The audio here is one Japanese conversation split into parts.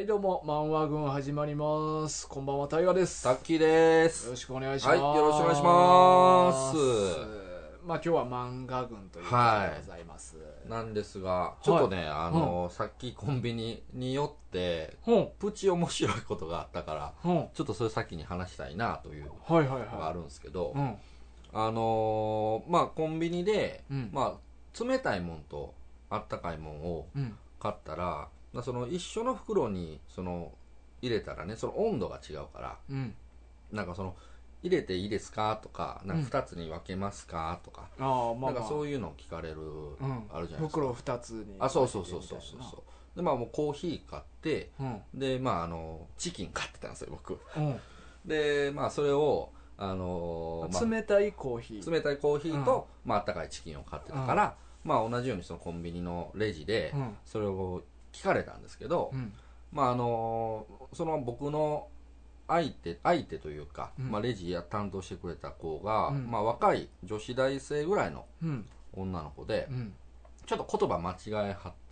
はいどうも漫画軍始まります。こんばんは、タイガです。 タッキーです。 よろしくお願いします。 はい、よろしくお願いします。 まあ今日は漫画軍ということでございます、 なんですがちょっとね、さっきコンビニに寄ってプチ面白いことがあったから、ちょっとそれ先に話したいなというのがあるんですけど、まあコンビニで、まあ冷たいもんとあったかいもんを買ったら、その一緒の袋にその入れたらね、その温度が違うから、なんかその入れていいですかとか、なんか2つに分けますかとか、なんかそういうのを聞かれる、あるじゃないですか。 袋2つに。 そうで、まあもうコーヒー買って、でまあチキン買ってたんですよ僕。でまあそれを冷たいコーヒーと、まああったかいチキンを買ってたから、まあ同じようにそのコンビニのレジでそれを聞かれたんですけど、まあその僕の相手というか、まあ、レジや担当してくれた子が、まあ、若い女子大生ぐらいの女の子で、ちょっと言葉間違えはって、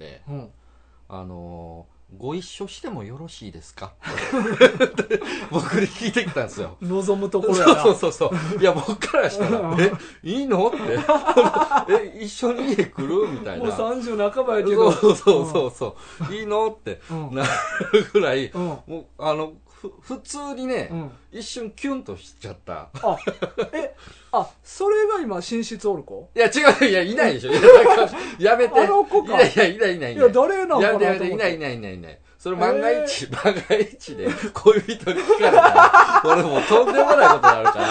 ご一緒してもよろしいですかって僕に聞いてきたんですよ。 望むところやな。 いや僕からしたらいいのって一緒に家来るみたいな。 もう30半ばやけどいいのってなるぐらい、もう普通にね、一瞬キュンとしちゃった。 それが今寝室おる子？ いや違う、いやいないでしょ。やめて。 あの子か。 いやいや誰なのかなと思って。 いない。それ万が一で恋人に聞かれたら、俺もうとんでもないことになるから、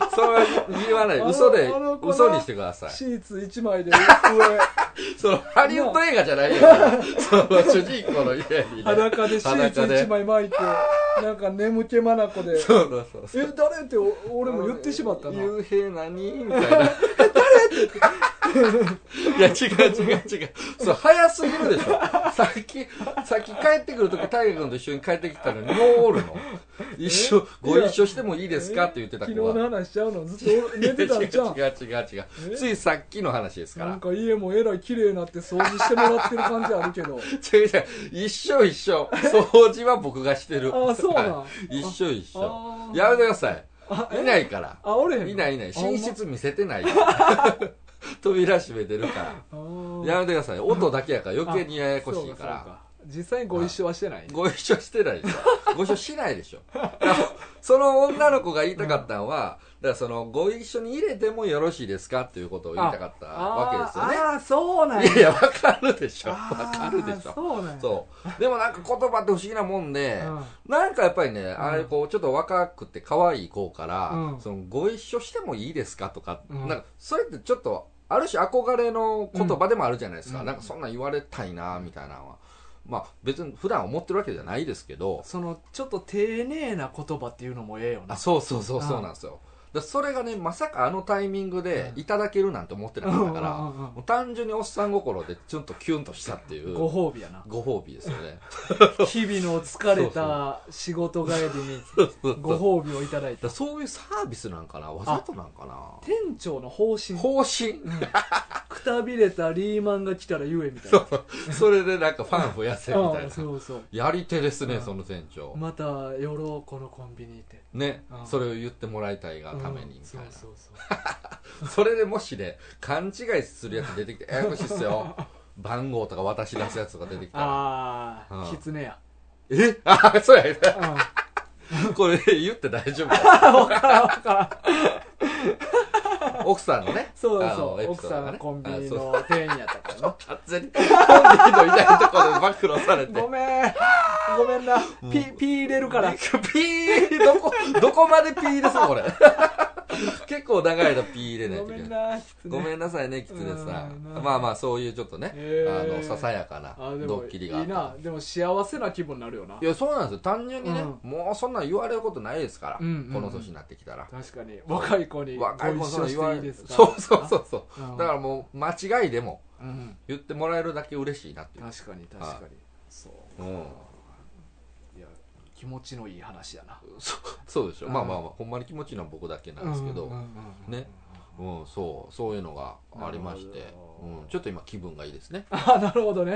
それは言わない。嘘にしてください。 シーツ1枚で上。 そのハリウッド映画じゃないよ。その主人公の家にね。 裸でシーツ1枚巻いて、なんか眠気まなこで。 そう誰って俺も言ってしまったな。 幽閉何みたいな。誰って言って。いや違う。そう早すぎるでしょ。さっき帰ってくるとき大河君と一緒に帰ってきたのにもうおるの。ご一緒してもいいですかって言ってた子が。 昨日の話しちゃうのずっと寝てたんじゃん。 違う。ついさっきの話ですから。 なんか家もえらい綺麗になって掃除してもらってる感じあるけど。 違う。一緒。掃除は僕がしてる。 そうなん。 一緒。やめてください。いないから。 俺へん。 いない。寝室見せてない。扉閉めてるからやめてください。音だけやから余計にややこしいから。 実際にご一緒はしてない。 ご一緒してないでしょ。ご一緒しないでしょ。その女の子が言いたかったのは、だからそのご一緒に入れてもよろしいですかっていうことを言いたかったわけですよね。 そうなんや。 いやわかるでしょ。 そうなんや。 そうでもなんか言葉って不思議なもんで、なんかやっぱりね、あれこうちょっと若くて可愛い子から、そのご一緒してもいいですかとか、なんかそれってちょっとある種憧れの言葉でもあるじゃないですか。なんかそんなん言われたいなみたいなのは。まあ別に普段思ってるわけじゃないですけど、 そのちょっと丁寧な言葉っていうのもええよな。 そうなんですよ。それがね、まさかあのタイミングでいただけるなんて思ってなかったから、もう単純におっさん心でちょっとキュンとしたっていう。 ご褒美やな。 ご褒美ですよね。 日々の疲れた仕事帰りにご褒美をいただいた。 そういうサービスなんかな、わざとなんかな。 店長の方針。くたびれたリーマンが来たら言えみたいな。 それでなんかファン増やせみたいな。 そうやり手ですね、その店長。 また寄ろうこのコンビニってね、それを言ってもらいたいがためにみたいな。それでもしね、勘違いするやつ出てきてややこしいっすよ。番号とか渡し出すやつとか出てきたら、 キツネや。 そうや。これ言って大丈夫わからん。 奥さんのね。 奥さんのコンビニの店員やったからな。 完全にコンビニのいないところで暴露されて。 ごめんな。ピー入れるから。 ピーどこまでピーですかこれ。結構長い間ピー入れないといけない。ごめんなさいね、キツネさん。まあそういうちょっとね、ささやかなドッキリがあった。 いいな。でも幸せな気分になるよな。 いやそうなんですよ。単純にね、もうそんなん言われることないですから、この年になってきたら。 確かに若い子にご一緒していいですか。 そうだからもう間違いでも言ってもらえるだけ嬉しいなっていう。 確かにそういや気持ちのいい話やな。 そうでしょ。まあほんまに気持ちいいのは僕だけなんですけどね。そういうのがありまして、ちょっと今気分がいいですね。 なるほどね。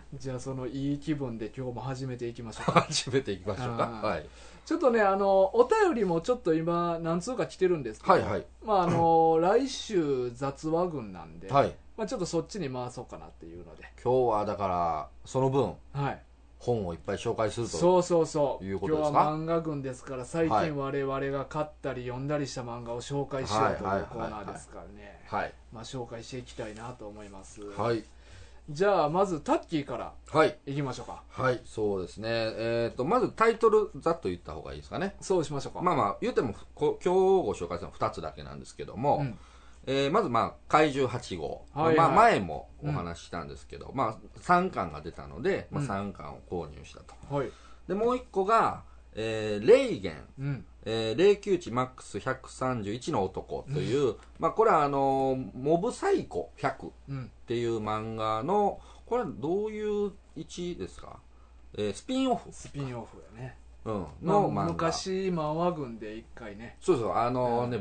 じゃあそのいい気分で今日も始めていきましょうか。 始めていきましょうか。はい。 ちょっとね、お便りもちょっと今何通か来てるんですけど、 はいはい。 まあ来週雑話群なんで、 はい。 まあちょっとそっちに回そうかなっていうので。 今日はだからその分、 はい。 本をいっぱい紹介するとそうそうそう。 いうことですか。 今日は漫画群ですから、最近我々が買ったり読んだりした漫画を紹介しようというコーナーですからね。はい。まあ紹介していきたいなと思います。はい。じゃあまずタッキーからいきましょうか。 はい、そうですね。まずタイトルざっと言った方がいいですかね。 そうしましょうか。 まあまあ言っても今日ご紹介するのは2つだけなんですけども、まず怪獣8号、前もお話ししたんですけど、3巻が出たので、3巻を購入したと。でもう1個が、レイゲン、霊柩値マックス131の男という、これはモブサイコ100っていう漫画の、これはどういう位置ですか？スピンオフやね。 の漫画。 昔漫画群で1回ね。 そうそう、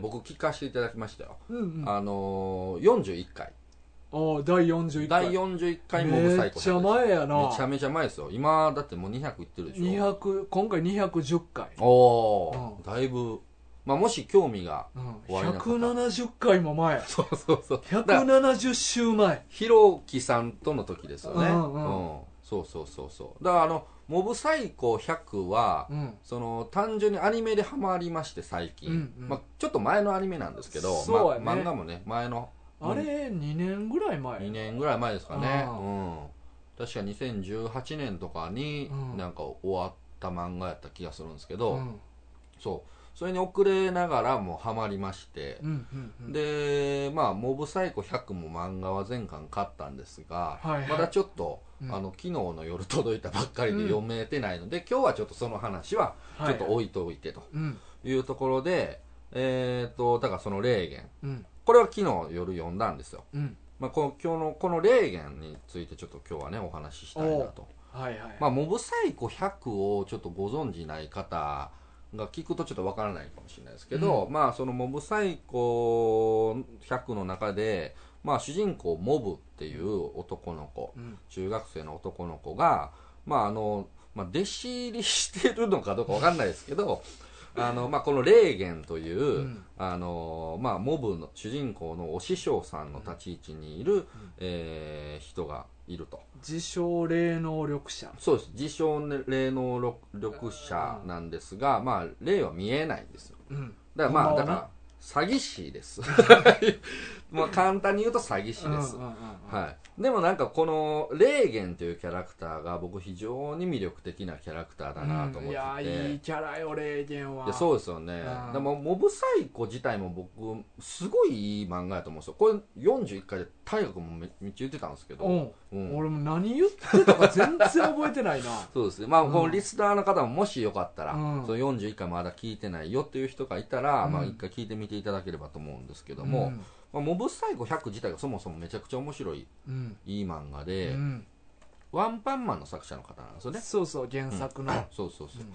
僕聞かせていただきましたよ。41回。 第41回。 第41回モブサイコ。 めっちゃ前やな。 めちゃめちゃ前ですよ。今だってもう200いってるでしょ。 今回210回。 だいぶ。もし興味がおありな方、170回も前。 そうそうそう。 170週前。 ひろきさんとの時ですよね。そうそうそうそう。だからモブサイコ100は、その単純にアニメでハマりまして最近、ちょっと前のアニメなんですけど、漫画もね前のあれ2年ぐらい前 2年ぐらい前ですかね。確か2018年とかになんか終わった漫画やった気がするんですけど、それに遅れながらもハマりまして、でモブサイコ100も漫画は全巻買ったんですが、まだちょっと昨日の夜届いたばっかりで読めてないので、今日はちょっとその話はちょっと置いといてというところで、だからその霊言、これは昨日夜読んだんですよ。今日のこの霊言についてちょっと今日はねお話ししたいなと。モブサイコ100をちょっとご存じない方が聞くとちょっとわからないかもしれないですけど、そのモブサイコ100の中で、主人公モブっていう男の子、中学生の男の子が、弟子入りしてるのかどうかわかんないですけど、この霊言という、モブの主人公のお師匠さんの立ち位置にいる、人がいると。 自称霊能力者。 そうです。自称霊能力者なんですが、霊は見えないんですよ。だから詐欺師です簡単に言うと詐欺師です。でもなんかこの霊言というキャラクターが僕非常に魅力的なキャラクターだなと思ってて、 いやいいキャラよ霊言は。 そうですよね。でもモブサイコ自体も僕すごいいい漫画やと思うんですよ。これ41回で大河君もめっちゃ言ってたんですけど、 俺も何言ってたか全然覚えてないなそうですね。このリスナーの方ももしよかったら、その41回まだ聞いてないよっていう人がいたら、一回聞いてみていただければと思うんですけども、モブサイコ100自体がそもそもめちゃくちゃ面白い、いい漫画で、ワンパンマンの作者の方なんですよね。 そうそう、原作の。 そうそうそう。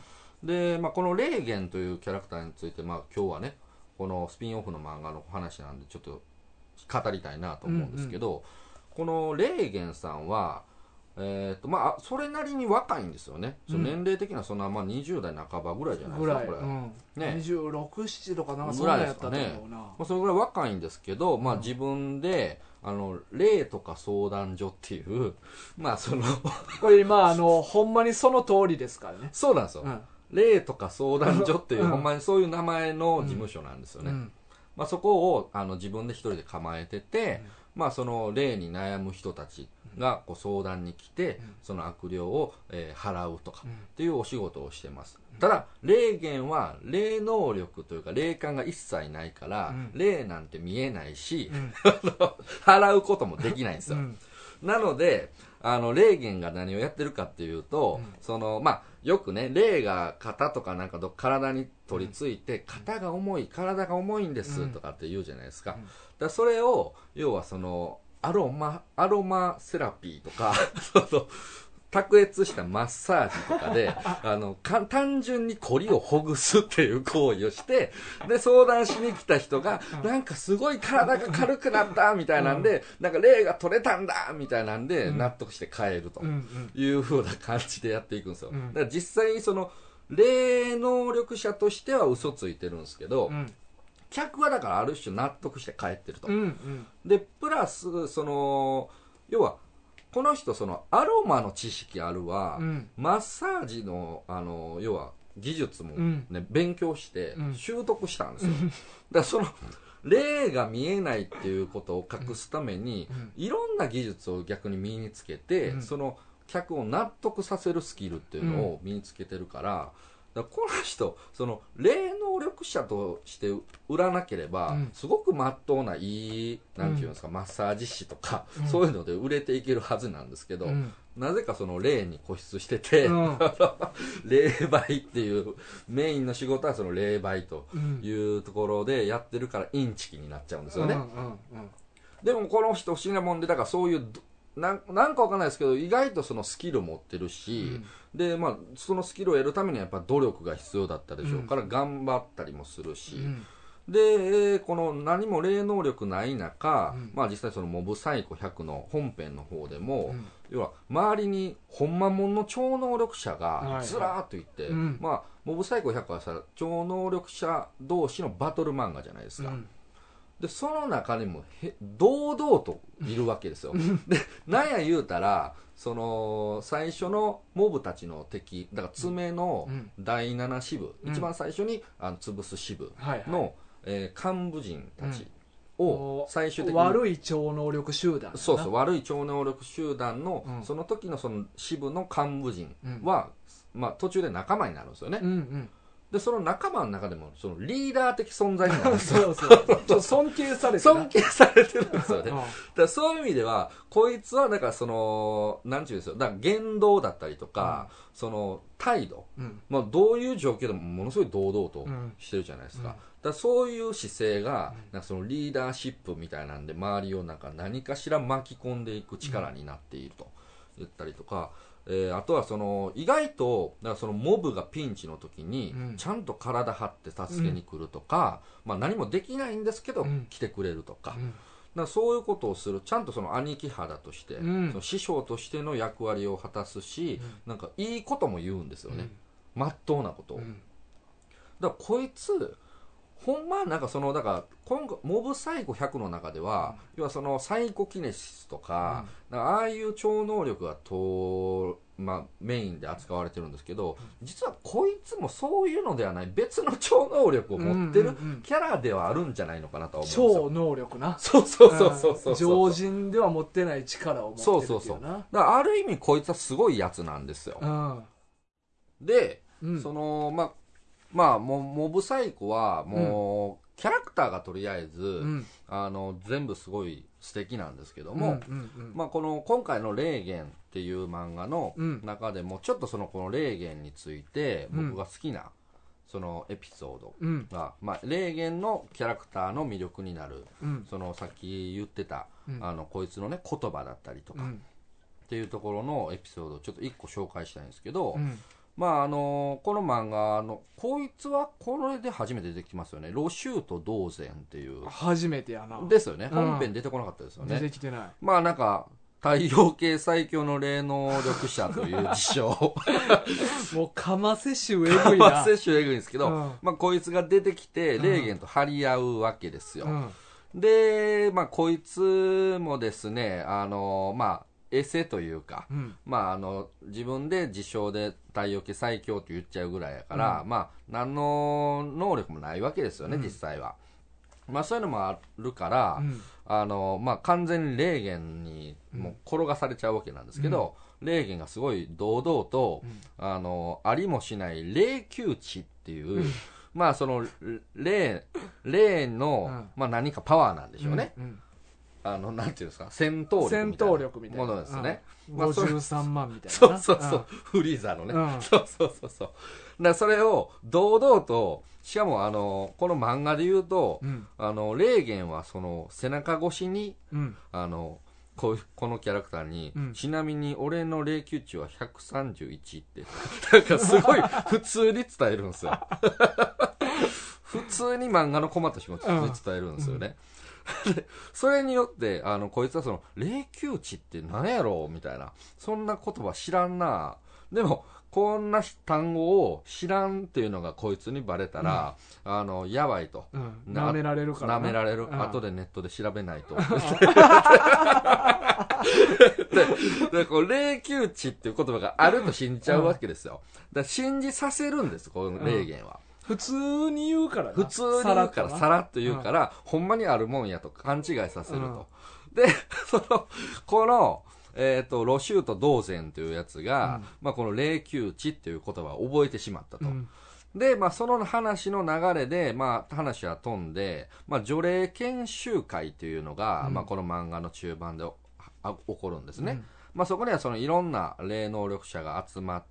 で、この霊言というキャラクターについて、今日はね、このスピンオフの漫画の話なんで、ちょっと語りたいなと思うんですけど、この霊言さんは、それなりに若いんですよね。年齢的にはそんな20代半ばぐらいじゃないですか、これ。 26、7とかなんかそんなやったと思うな。 それぐらい若いんですけど、自分で、霊とか相談所っていう、 これ今、ほんまにその通りですからね。 そうなんですよ。霊とか相談所っていう、ほんまにそういう名前の事務所なんですよね。そこを自分で一人で構えてて、その霊に悩む人たちがこう相談に来て、その悪霊を、払うとかっていうお仕事をしてます。ただ霊言は霊能力というか霊感が一切ないから、霊なんて見えないし、払うこともできないんですよ。なので霊言が何をやってるかっていうと、よくね、霊が肩とかなんか体に取り付いて、肩が重い、体が重いんですとかって言うじゃないですか。だからそれを要はそのアロマセラピーとか卓越したマッサージとかで単純にコリをほぐすっていう行為をして、で相談しに来た人がなんかすごい体が軽くなったみたいなんで、なんか霊が取れたんだみたいなんで納得して帰るという風な感じでやっていくんですよ。だから実際その霊能力者としては嘘ついてるんですけど、客はだからある種納得して帰ってると。でプラスその要はこの人そのアロマの知識あるわ、マッサージの要は技術もね、勉強して習得したんですよ。だからその霊が見えないっていうことを隠すために、いろんな技術を逆に身につけて、その客を納得させるスキルっていうのを身につけてるから、だからこの人その霊能力者として売らなければ、すごく真っ当ないいなんていうんですか、マッサージ師とか、そういうので売れていけるはずなんですけど、なぜかその霊に固執してて、霊媒っていうメインの仕事はその霊媒というところでやってるからインチキになっちゃうんですよね。でもこの人不思議なもんで、だからそういうなんかわかんないですけど、意外とそのスキル持ってるし、でまあそのスキルを得るためにはやっぱ努力が必要だったでしょうから、頑張ったりもするし、でこの何も霊能力ない中、まあ実際そのモブサイコ100の本編の方でも、要は周りにほんまもんの超能力者がずらーっといて、まあモブサイコ100はさ、超能力者同士のバトル漫画じゃないですか。でその中にも堂々といるわけですよ。でなんや言うたらその最初のモブたちの敵だから爪の第7支部、一番最初に潰す支部の、幹部陣たちを最終的に、 悪い超能力集団、 そうそう、悪い超能力集団の、その時のその支部の幹部陣は、まあ、途中で仲間になるんですよね。でその仲間の中でもそのリーダー的存在になるんですよ。 尊敬されて尊敬されてるんですよね。だからそういう意味ではこいつはだからそのなんていうんですよ、だから言動だったりとか、その態度、まあ、どういう状況でもものすごい堂々としてるじゃないですか。だからそういう姿勢がなんかそのリーダーシップみたいなんで周りをなんか何かしら巻き込んでいく力になっていると言ったりとか、あとはその意外とだからそのモブがピンチの時にちゃんと体張って助けに来るとか、まあ、何もできないんですけど来てくれるとか、だからそういうことをする、ちゃんとその兄貴肌として、その師匠としての役割を果たすし、なんかいいことも言うんですよね、まっとうなことを。だからこいつほんまなんかそのだから今回モブサイコ100の中では、要はそのサイコキネシスとか、ああいう超能力がまあ、メインで扱われてるんですけど、実はこいつもそういうのではない別の超能力を持ってるキャラではあるんじゃないのかなとは思うんですよ。 超能力な。 そう。 常人では持ってない力を持ってるっていうな。そう。 だからある意味こいつはすごいやつなんですよ。で、そのまあモブサイコはもう、キャラクターがとりあえず、全部すごい素敵なんですけども、まあこの今回の霊言っていう漫画の中でもちょっとそのこの霊言について僕が好きなそのエピソードが、まあ霊言のキャラクターの魅力になる、そのさっき言ってたこいつのね言葉だったりとかっていうところのエピソードをちょっと1個紹介したいんですけど、まあこの漫画のこいつはこれで初めて出てきますよね。ロシュート同然っていう初めてやなですよね。本編出てこなかったですよね。 出てきてない。 まあなんか太陽系最強の霊能力者という自称もうかませ種えぐいな。かませ種えぐいんですけど、まあこいつが出てきて霊言と張り合うわけですよ。でまあこいつもですねまあエセというか、まあ自分で自称で太陽系最強と言っちゃうぐらいやから、まあ何の能力もないわけですよね、実際は。まあそういうのもあるから、まあ完全に霊言にもう転がされちゃうわけなんですけど、霊言がすごい堂々と、ありもしない霊球値っていうまあその霊の、まあ何かパワーなんでしょうね。なんていうんですか、戦闘力みたいなものですね。 53万みたいな。 そう。フリーザーのね。そう。だからそれを堂々と、しかもこの漫画で言うと、霊言はその背中越しに、 このキャラクターに、ちなみに俺の霊柩値は131ってなんかすごい普通に伝えるんですよ普通に漫画のコマとしても伝えるんですよね、でそれによってこいつはその霊柩値って何やろうみたいな、そんな言葉知らんな、でもこんな単語を知らんっていうのがこいつにバレたら、やばいと、 舐められるから舐められる、後でネットで調べないとでこう霊柩値っていう言葉があると信じちゃうわけですよ。だから信じさせるんです、この霊言は。 普通に言うからな。 普通に言うから、さらっと言うから、ほんまにあるもんやと勘違いさせると。で、この、ロシュート同然というやつが、この霊柩値っていう言葉を覚えてしまったと。で、その話の流れで、話は飛んで、除霊研修会っていうのが、この漫画の中盤で起こるんですね。そこにはそのいろんな霊能力者が集まって、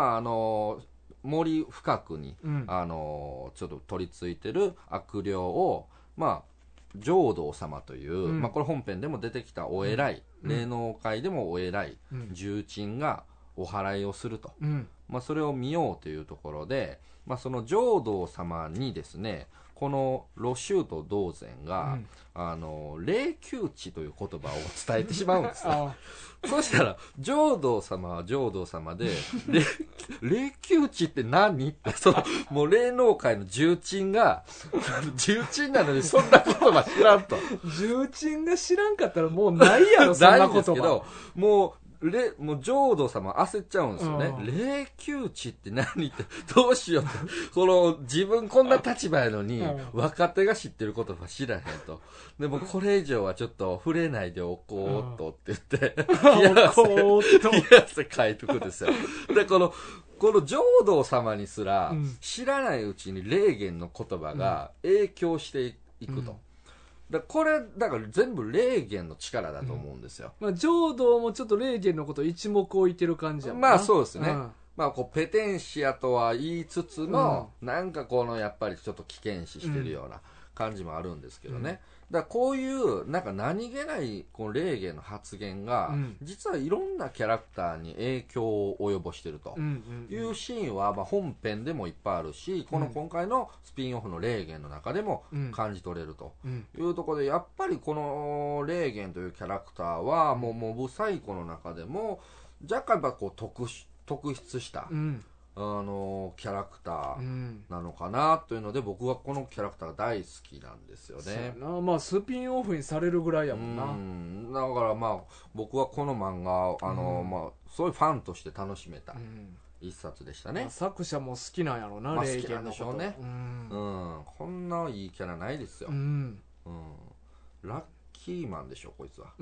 森深くに、ちょっと取り付いてる悪霊を、浄土様という、これ本編でも出てきたお偉い、霊能界でもお偉い、重鎮がお祓いをすると。それを見ようというところで、その浄土様にですね、このロシュート同然が、霊柩値という言葉を伝えてしまうんですよそしたら浄土様は浄土様で霊柩値って何ってもう霊能界の重鎮が重鎮なのにそんな言葉知らんと重鎮が知らんかったらもうないやろそんな言葉。ないんですけど、 もう浄土様焦っちゃうんですよね。霊柩値って何ってどうしようってこの自分こんな立場やのに若手が知ってる言葉知らへんと。でもこれ以上はちょっと触れないでおこうとって言って冷や汗かいとくんですよ。でこの浄土様にすら知らないうちに霊言の言葉が影響していくと。これだから全部霊言の力だと思うんですよ。 浄土もちょっと霊言のこと一目置いてる感じやもんな。 そうですね。ペテンシアとは言いつつも、なんかやっぱりちょっと危険視してるような感じもあるんですけどね。だからこういうなんか何気ないこの霊言の発言が、実はいろんなキャラクターに影響を及ぼしてるというシーンは、本編でもいっぱいあるし、この今回のスピンオフの霊言の中でも感じ取れるというところで、やっぱりこの霊言というキャラクターはもうモブサイコの中でも若干特筆したキャラクターなのかなというので、僕はこのキャラクターが大好きなんですよね。 スピンオフにされるぐらいやもんな。だから僕はこの漫画そういうファンとして楽しめた一冊でしたね。 作者も好きなんやろうな、霊言のこと。好きなんでしょうね。 こんないいキャラないですよ。ラッキーマンでしょこいつは。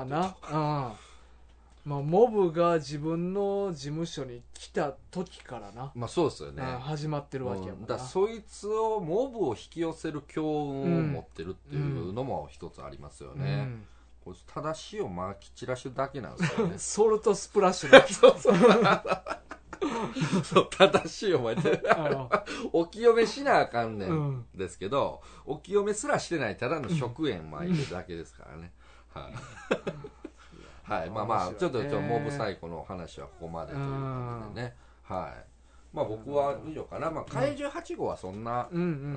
モブが自分の事務所に来た時からな。 そうですよね。 始まってるわけやもんな。 そいつをモブを引き寄せる強運を持ってるっていうのも一つありますよね。こいつただしをまき散らしてるだけなんですよね。 ソルトスプラッシュそう正しいお前ってお清めしなあかんねんですけど、お清めすらしてないただの食塩巻いてるだけですからね。はい、ちょっとモブサイコの話はここまでということでね。僕は以上かな。怪獣8号はそんな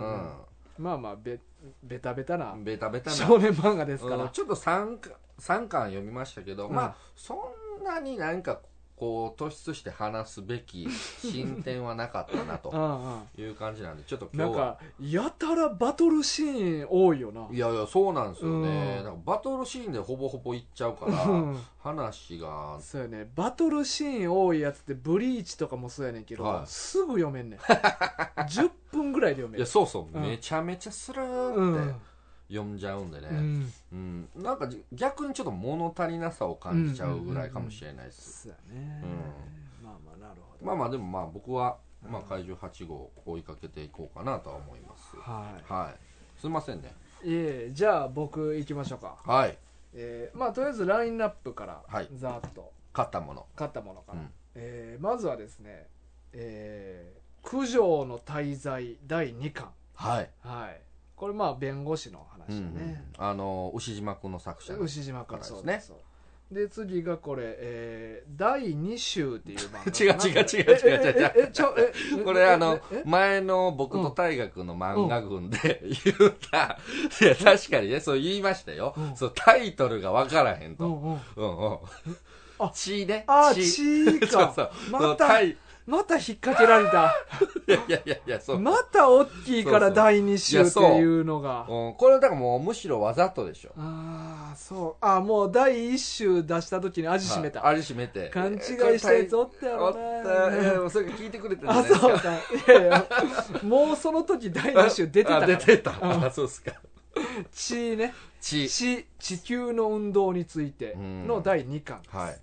ベタベタな少年漫画ですから、 ちょっと3巻読みましたけど、そんなになんか突出して話すべき進展はなかったなという感じなんで、ちょっと今日はなんかやたらバトルシーン多いよな。 いやそうなんですよね。なんかバトルシーンでほぼほぼいっちゃうから話がそうやね。バトルシーン多いやつってブリーチとかもそうやねんけど、すぐ読めんねん10分ぐらいで読めん。 いやそうめちゃめちゃスルーって読んじゃうんでね、なんか逆にちょっと物足りなさを感じちゃうぐらいかもしれないです。 そうやね。なるほど。でも僕は怪獣8号追いかけていこうかなとは思います。すいませんね。 じゃあ僕行きましょうか。とりあえずラインナップからざーっと買ったものから、まずはですね、九条の大罪第2巻。 これまあ弁護士の話ね、 牛島君の作者牛島君ですね。で次がこれ、第2集っていう漫画。違う。これ前の僕と大河君の漫画群で言うた、いや確かにねそう言いましたよ、そうタイトルが分からへんと。血ね。 血か。また引っ掛けられた。 いや、そう。 また大きいから第2週っていうのが。 これだからもうむしろわざとでしょ。 そう。もう第1週出した時に味しめた。 味しめて。 勘違いしたやつおったやろな。 いや、それ聞いてくれてるんじゃないですか。 そうか。いや、もうその時第2週出てたから。 出てた。そうっすか。 地ね。地球の運動についての第2巻です。はい。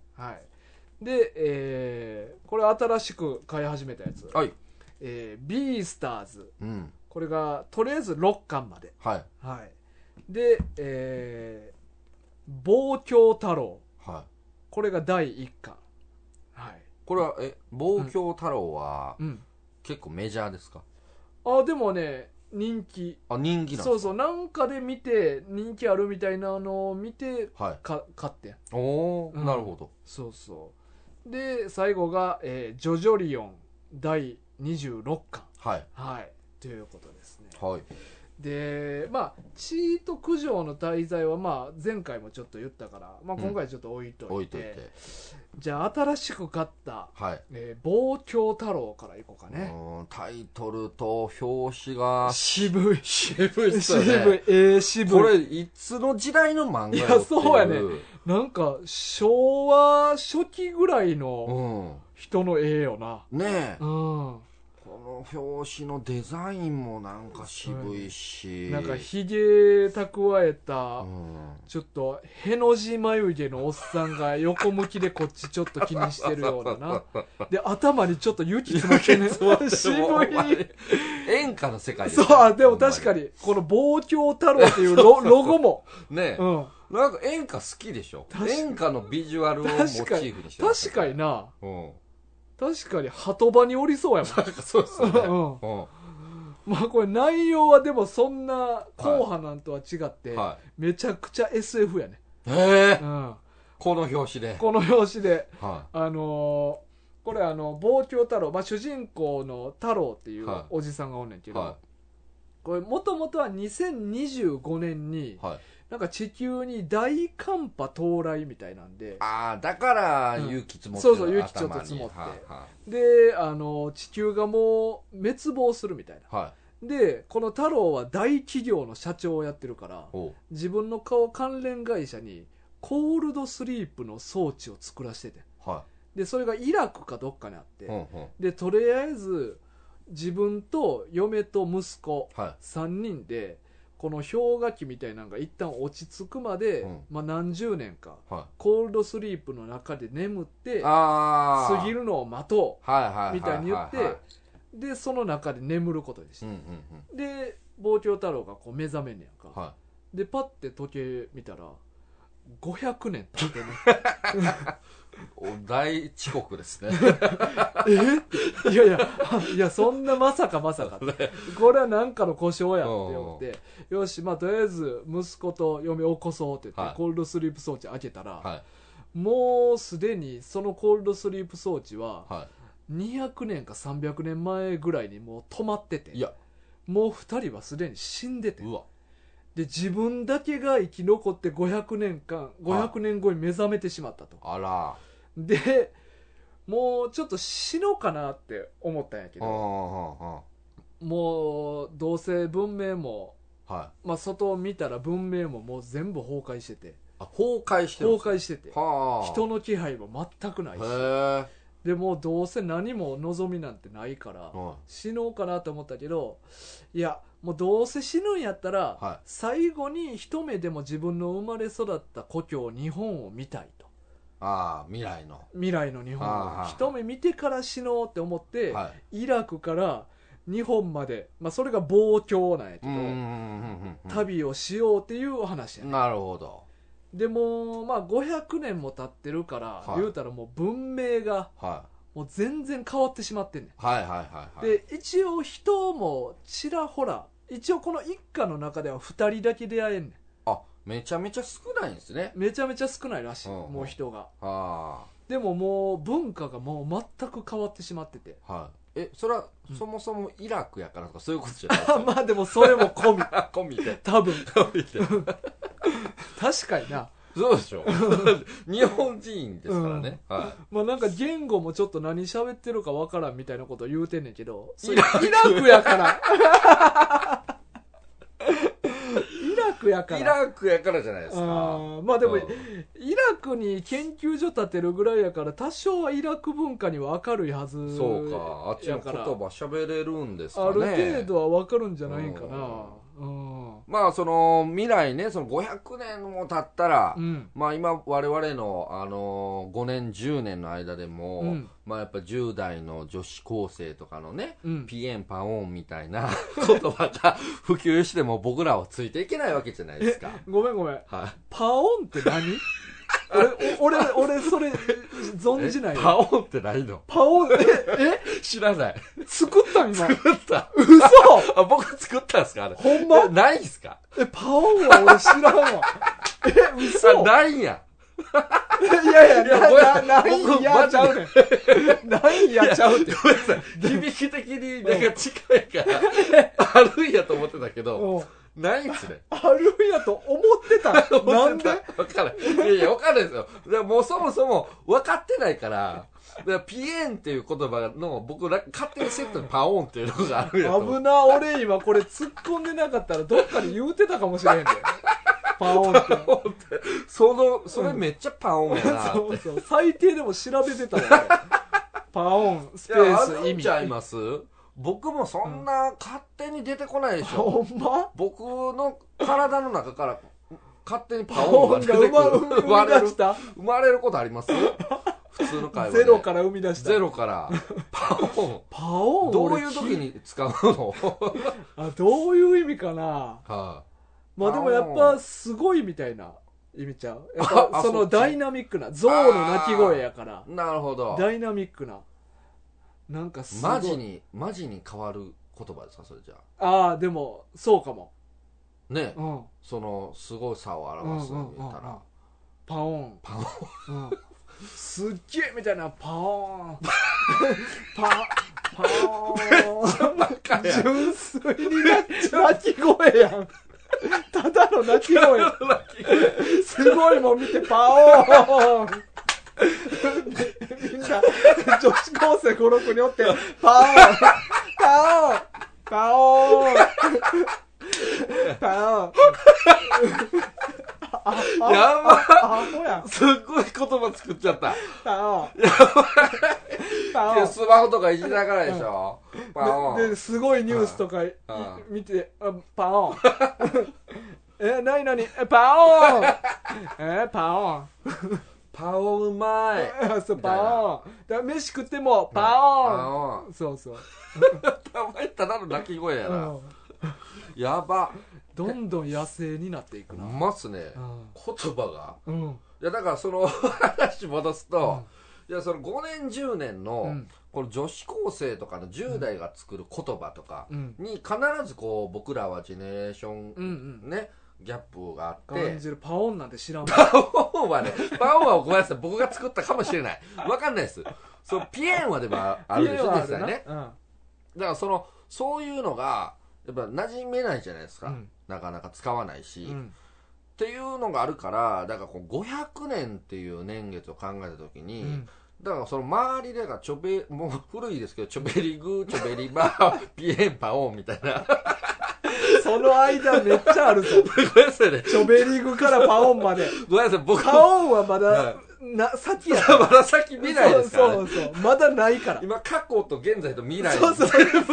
で、これ新しく買い始めたやつ。 はい。 ビースターズ。これがとりあえず6巻まで。はい。で、望郷太郎。はい。これが第1巻。はい。 これは望郷太郎は結構メジャーですか？ でもね、人気。 人気なんですか？ そうなんかで見て人気あるみたいなのを見て、買ってん。 なるほど。 そうで最後が、ジョジョリオン第26巻。はい。ということですね。はい。でチート九条の滞在は前回もちょっと言ったから、今回ちょっと置いといて、じゃあ新しく買った、望郷太郎からいこうかね。 タイトルと表紙が渋いっすよね。渋い。これいつの時代の漫画よっていう。いやそうやね。なんか昭和初期ぐらいの人の絵よな。 ねえ。この表紙のデザインもなんか渋いし、 なんかひげ蓄えた、ちょっとへの字眉毛のおっさんが横向きでこっちちょっと気にしてるようなな。で頭にちょっと雪詰まってね。渋い。 演歌の世界ですそうでも確かにこの望郷太郎っていうロゴもねなんか演歌好きでしょ。演歌のビジュアルをモチーフにして確かにな。確かに鳩場におりそうやもん。 そうですね。 これ内容はでもそんな硬派なんとは違って、めちゃくちゃ SF やね。 この表紙で。 この表紙で、これ望郷太郎、主人公の太郎っていうおじさんがおんねんけど、これもともとは2025年に、なんか地球に大寒波到来みたいなんで、 だから雪積もってる、そう雪ちょっと積もって、で地球がもう滅亡するみたいな、でこの太郎は大企業の社長をやってるから自分の関連会社にコールドスリープの装置を作らせてて、でそれがイラクかどっかにあって、でとりあえず自分と嫁と息子3人でこの氷河期みたいなのが一旦落ち着くまで、何十年か、コールドスリープの中で眠って過ぎるのを待とうみたいに言って、でその中で眠ることでした、で望郷太郎がこう目覚めんねやんか、でパッて時計見たら500年経ってね大遅刻ですねいやそんなまさかこれは何かの故障やって思って、よしとりあえず息子と嫁起こそうって言って、コールドスリープ装置開けたら、もうすでにそのコールドスリープ装置は200年か300年前ぐらいにもう止まってて、もう2人はすでに死んでて、で自分だけが生き残って500年後に目覚めてしまったと。でもうちょっと死のうかなって思ったんやけど、もうどうせ文明も、外を見たら文明ももう全部崩壊してて、 崩壊してて人の気配も全くないし、でもうどうせ何も望みなんてないから、死のうかなと思ったけど、いやもうどうせ死ぬんやったら、最後に一目でも自分の生まれ育った故郷日本を見たいと。 未来の日本を一目見てから死のうって思って、イラクから日本まで、それが望郷なんやけど、旅をしようっていうお話やね。 なるほど。 でも500年も経ってるから、言うたらもう文明がもう全然変わってしまってんねん。で一応人もちらほら一応この一家の中では2人だけ出会えんねん。 あ、めちゃめちゃ少ないんですね。 めちゃめちゃ少ないらしい、もう人が。でももう文化がもう全く変わってしまってて。 はい。それはそもそもイラクやからとかそういうことじゃないですか。 まあでもそれも込み。 込みで。 多分。 込みで。 確かにな。 そうでしょ。日本人ですからね。はい。 まあなんか言語もちょっと何喋ってるかわからんみたいなことを言うてんねんけど、イラクやから。イラクやから。 イラクやからじゃないですか。 まあでも、イラクに研究所建てるぐらいやから多少はイラク文化には明るいはず。 そうか。あっちの言葉喋れるんですかね。 ある程度は分かるんじゃないんかな。 まあその未来ね、その500年も経ったら、まあ今我々の5年10年の間でも、まあやっぱ10代の女子高生とかのね、ピエンパオンみたいな言葉が普及しても僕らはついていけないわけじゃないですか。 ごめん、はい、パオンって何？俺それ存じないよ。 パオンってないの？ パオン知らない。 作った今。 作った。 嘘。 あ、僕作ったんですかあれ。 ほんま？ ないんすか？ パオンは俺知らんわ。嘘。 ないんや。 いやないんやちゃうねん。ないんやちゃうって。 ごめんなさい。響き的になんか近いから、あるんやと思ってたけど、ないんすね。 あるんやと思ってた。なんで？ わかんない。いや、わかんないですよ。もうそもそも分かってないから、ピエンっていう言葉の僕ら勝手にセットにパオンっていうのがあるんやと思って。 危な、俺今これ突っ込んでなかったらどっかで言うてたかもしれへんで。パオンって。 それめっちゃパオンやなって。 そう。最低でも調べてたわ。パオン、スペース、意味。 ちゃいます？僕もそんな勝手に出てこないでしょ。 ほんま？ 僕の体の中から勝手にパオンが出てくる。生まれることあります？普通の会話で。 ゼロから生み出した。 ゼロから。パオン。 パオン？ どういう時に使うの？ どういう意味かな？まあでもやっぱすごいみたいな意味ちゃう。やっぱそのダイナミックな、象の鳴き声やから。 なるほど。 ダイナミックな。なんかすごい。 マジに変わる言葉ですかそれじゃあ。でもそうかもね。そのすごさを表すの言ったらパオンすっげえみたいな。パオンパオン純粋に鳴き声やん。ただの鳴き声。すごいもん見てパオン。みんな女子高生5、6人おってパオンパオンやば。すっごい言葉作っちゃった。スマホとかいじりながらでしょ。 ですごいニュースとか見てパオン。何パオン。パオン。 パオンうまい。 そう、パオン。飯食ってもパオン。そうそう。 ただの鳴き声やな。やば。 どんどん野生になっていくな。 ますね。言葉が。いやだからその話戻すと、いやその5年10年のこの女子高生とかの10代が作る言葉とかに必ずこう僕らはジェネレーションねギャップがあって感じる。パオンなんて知らん。 パオンはね、パオンはごめんなさい僕が作ったかもしれない。わかんないです。そうピエンはでもあるでしょ実際ね。だからそういうのがやっぱ馴染めないじゃないですか。なかなか使わないし、っていうのがあるから、だからこう500年っていう年月を考えた時に、だからその周りでがもう古いですけどチョベリグチョベリバーピエンパオンみたいなその間めっちゃあるぞ。 ごめんなさいね。 チョベリグからパオンまで。 ごめんなさい僕パオンはまだ、先やまだ先見ないですからね。 そうまだないから。 今過去と現在と未来そう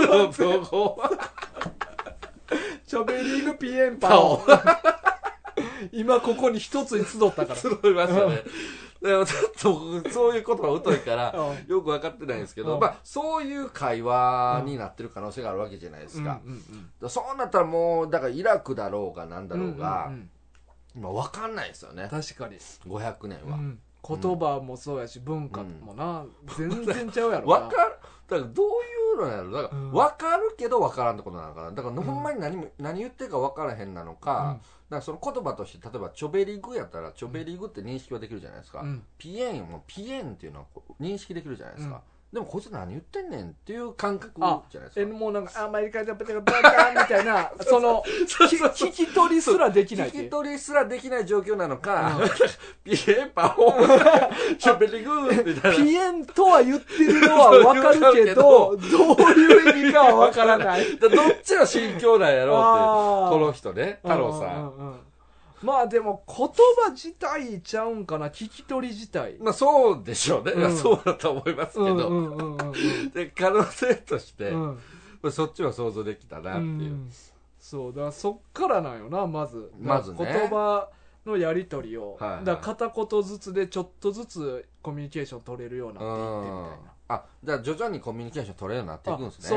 チョベリグピエンパオン今ここに一つに集ったから。 集いましたね。でもちょっとそういう言葉疎いからよく分かってないんですけど、まあそういう会話になってる可能性があるわけじゃないですか。そうなったらもうだからイラクだろうがなんだろうが今分かんないですよね。 確かに 500年は。 言葉もそうやし文化もな、全然ちゃうやろな。 だからどういうのやろ。だから分かるけど分からんってことなのかな。だからほんまに何言ってるか分からへんなのか、だからその言葉として例えばチョベリグやったらチョベリグって認識はできるじゃないですか、ピエンもピエンっていうのは認識できるじゃないですか、でもこいつ何言ってんねんっていう感覚じゃないですか。 もうなんかアメリカでバカみたいなその聞き取りすらできない。 聞き取りすらできない状況なのか、ピエンパホチョベリグみたいな。 ピエンとは言ってるのは分かるけど、どういう意味かは分からない。 どっちの心境なんやろうって、この人ね、太郎さん。 まあでも言葉自体ちゃうんかな、聞き取り自体。 まあそうでしょうね、そうだと思いますけど、で可能性として、そっちは想像できたなっていう、 そうだからそっからなんよな、まずね、言葉のやり取りを、だから片言ずつでちょっとずつコミュニケーション取れるようになっていってみたいな。 あ、じゃあ徐々にコミュニケーション取れるようになっていくんですね。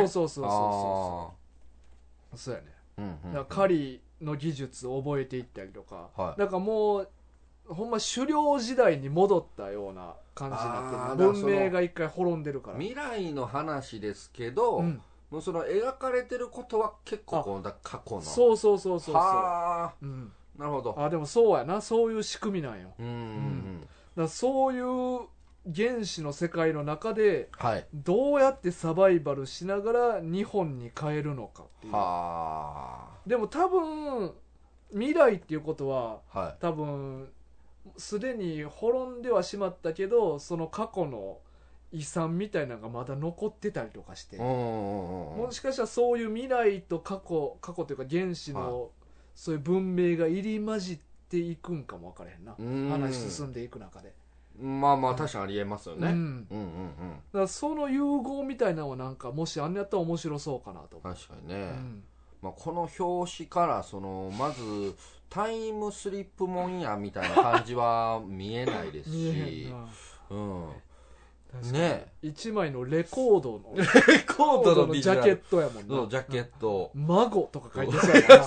そうやね。だから狩りの技術を覚えていったりとか、だからもうほんま狩猟時代に戻ったような感じになってる。文明が一回滅んでるから。 未来の話ですけど、もうその描かれてることは結構この過去の。 そうなるほど。 でもそうやな、そういう仕組みなんよ。だからそういう原始の世界の中で、どうやってサバイバルしながら日本に帰るのかっていう。でも多分未来っていうことは、多分すでに滅んではしまったけど、その過去の遺産みたいなのがまだ残ってたりとかして、もしかしたらそういう未来と過去というか原始のそういう文明が入り混じっていくんかも分からへんな、話進んでいく中で。 まあ確かにありえますよね。だからその融合みたいなのはなんかもしあんなやったら面白そうかなと思う。 確かにね、この表紙からまずタイムスリップもんやみたいな感じは見えないですしね、1枚のレコードのジャケットやもんな。 ジャケット孫とか書いてそうやな。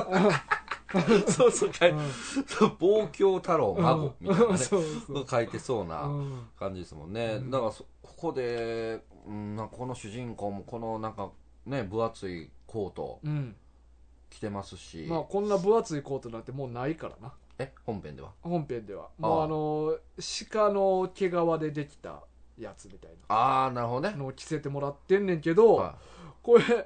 そう望郷太郎孫みたいなね書いてそうな感じですもんね。だからここでこの主人公もこのなんかね分厚いコート着てますし、 こんな分厚いコートなんてもうないからな。 本編ではもう鹿の毛皮でできたやつみたいななるほどねのを着せてもらってんねんけど、これ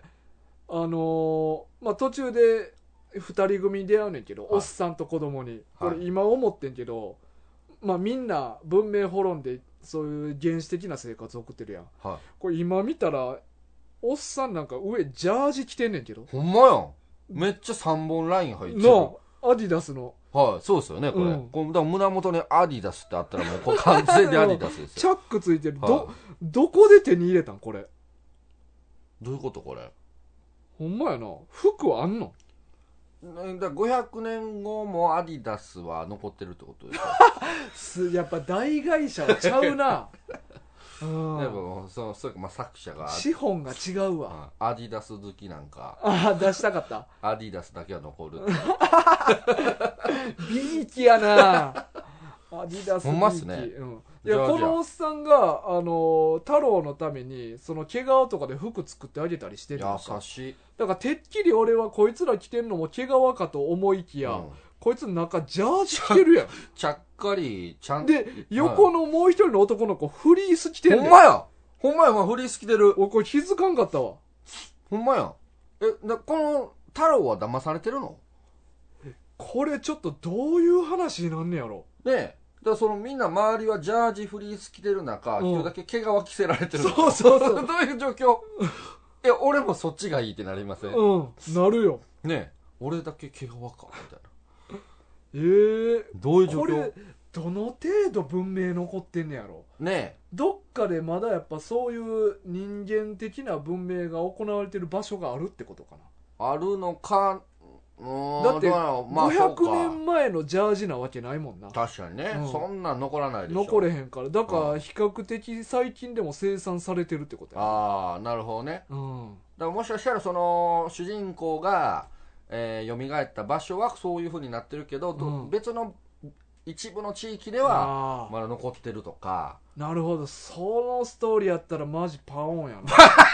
途中で2人組に出会うねんけど、おっさんと子供に、これ今思ってんけど、みんな文明滅んでそういう原始的な生活を送ってるやん、これ今見たらおっさんなんか上ジャージ着てんねんけど。 ほんまやん、めっちゃ3本ライン入ってるアディダスの。 そうですよね、これ。だから胸元にアディダスってあったらもうこれ完全にアディダスですよ。 チャックついてる。どこで手に入れたんこれ。 どういうことこれ。 ほんまやな。服あんの？ だ500年後もアディダスは残ってるってことですか？ やっぱ大会社はちゃうな。 でもそうか、作者が資本が違うわ、 アディダス好きなんか出したかった。 アディダスだけは残るビーキやな。アディダスビーキ。 ほんまっすね。 いやこのおっさんが太郎のためにその毛皮とかで服作ってあげたりしてるん優しい。 だからてっきり俺はこいつら着てんのも毛皮かと思いきや、こいつ中ジャージ着てるやん。 ちゃっかりちゃんで横のもう一人の男の子フリース着てんねん。 ほんまやフリース着てる。 俺これ気づかんかったわ。 ほんまや。この太郎は騙されてるの？ これちょっとどういう話になんねやろねえ。だからみんな周りはジャージフリース着てる中、一人だけ毛皮着せられてる。 そうどういう状況？いや俺もそっちがいいってなりません？ なるよねえ。俺だけ毛皮かみたいな。 どういう状況？これどの程度文明残ってんねやろねえ。 どっかでまだやっぱそういう人間的な文明が行われてる場所があるってことかな。あるのか。 だって500年前のジャージなわけないもんな。 確かにね、そんなん残らないでしょ。 残れへんから。だから比較的最近でも生産されてるってことや。 なるほどね。だからもしかしたらその主人公が蘇った場所はそういう風になってるけど、別の一部の地域ではまだ残ってるとか。 なるほど、そのストーリーやったらマジパオンやな。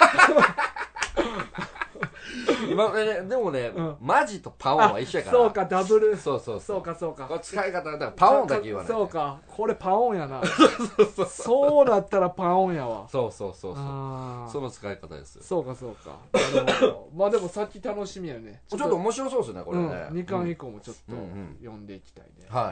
今でもね、マジとパオンは一緒やから。 そうか、ダブル。 そうか。 使い方だからパオンだけ言わない。 そうか、これパオンやな。そうだったらパオンやわ。 そう。その使い方ですよ。 そうか。なるほど。まあでもさっき楽しみやね。 ちょっと面白そうですね、これね。 2巻以降もちょっと読んでいきたいね。 はい。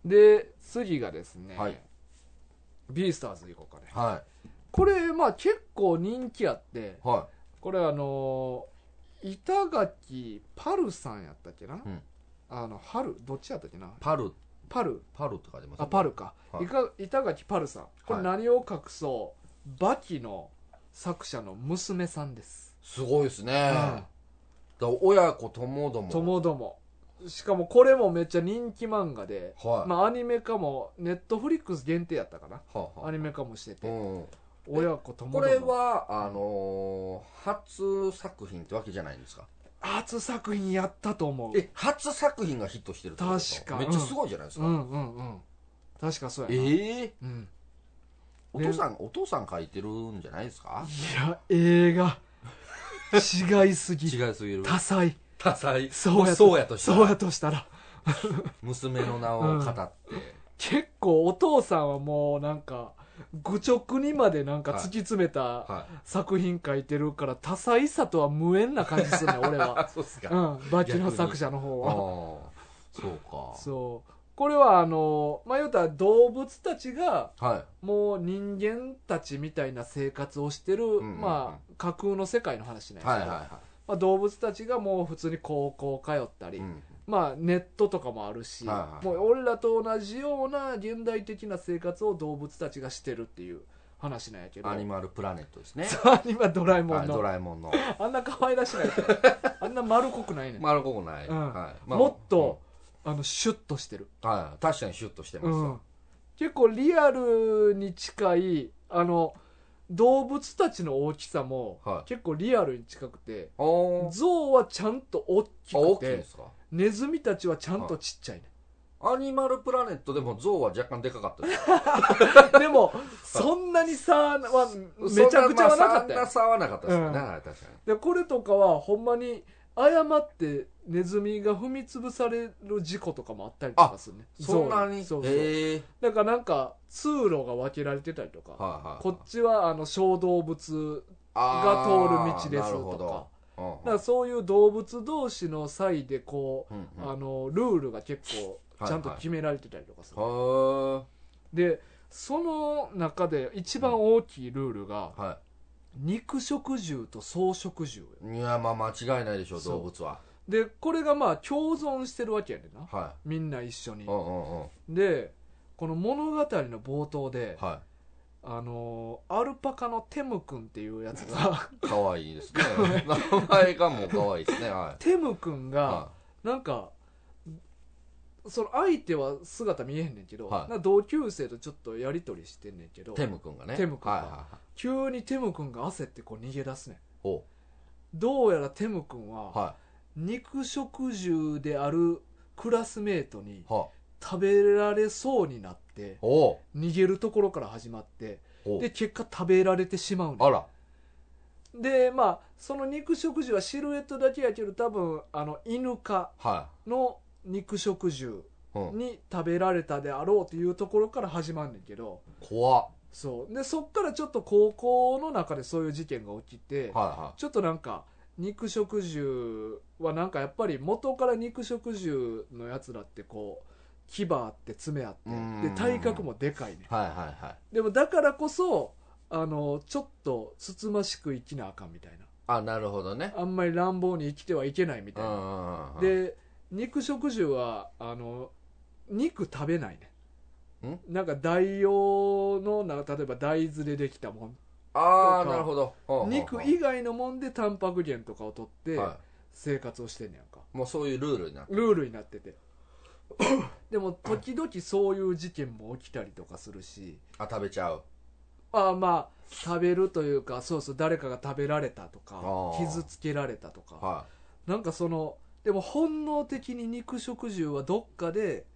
で、次がですね、ビースターズいこうかね。はい。これ、まあ結構人気あって、これ板垣パルさんやったっけな、春どっちやったっけな、パルって書いてますね。 パルか、板垣パルさん、これ何を隠そうバキの作者の娘さんです。 すごいですね、親子ともどもしかもこれもめっちゃ人気漫画で、まあアニメ化もネットフリックス限定やったかな、アニメ化もしてて、親子ともども。 これは初作品ってわけじゃないんですか？ 初作品やったと思う。 初作品がヒットしてるってこと？確かめっちゃすごいじゃないですか。 確かそうやな。 お父さん書いてるんじゃないですか？ いや、映画違いすぎる。 多彩そうやとしたら娘の名を語って、 結構お父さんはもうなんか愚直にまでなんか突き詰めた作品書いてるから、多彩さとは無縁な感じするね俺は。 そうっすか。 バキの作者の方は。 そうか。 そうこれはまあ言うたら動物たちがもう人間たちみたいな生活をしてる、まあ架空の世界の話なんですけど、まあ動物たちがもう普通に高校通ったり、まあネットとかもあるし、もう俺らと同じような現代的な生活を動物たちがしてるっていう話なんやけど、 アニマルプラネットですね。 アニマルドラえもんのあんな可愛らしないとあんな丸っこくないね。 丸っこくない、 もっとシュッとしてる。 確かにシュッとしてます、 結構リアルに近い動物たちの大きさも結構リアルに近くて、象はちゃんと大きくてネズミたちはちゃんとちっちゃいね。 アニマルプラネットでも象は若干でかかったですでもそんなに差はめちゃくちゃはなかったよ。 そんな差はなかったですよね、確かに。 でこれとかはほんまに誤ってネズミが踏み潰される事故とかもあったりとかするね。 そんなに。 だからなんか通路が分けられてたりとか、こっちは小動物が通る道ですとか、だからそういう動物同士の際でこう、ルールが結構ちゃんと決められてたりとかする。でその中で一番大きいルールが、肉食獣と草食獣。 いや、まあ間違いないでしょう、動物は。 でこれがまあ共存してるわけやねんな、みんな一緒に。でこの物語の冒頭で、アルパカのテム君っていうやつがかわいいですね。名前がもうかわいいですね。 テム君がなんかその相手は姿見えへんねんけど、同級生とちょっとやり取りしてんねんけど、 テム君がね、 急にテム君が焦ってこう逃げ出すねん。どうやらテム君は、肉食獣であるクラスメートに食べられそうになって逃げるところから始まって、で結果食べられてしまうねん。でまあその肉食獣はシルエットだけやけど多分犬科の肉食獣に食べられたであろうというところから始まんねんけど、 怖っ。 そうでそっからちょっと高校の中でそういう事件が起きて、ちょっとなんか肉食獣はなんかやっぱり元から肉食獣のやつらってこう牙あって爪あってで体格もでかいね。でもだからこそちょっとつつましく生きなあかんみたいな。 なるほどね。あんまり乱暴に生きてはいけないみたいな。で肉食獣は肉食べないね。なんか代用の例えば大豆でできたもんとか、 なるほど。 肉以外のもんでタンパク源とかを取って生活をしてんねやんか。 もうそういうルールになっててでも時々そういう事件も起きたりとかするし、 食べちゃう。 まあ食べるというか、そう誰かが食べられたとか傷つけられたとか、なんかそのでも本能的に肉食獣はどっかで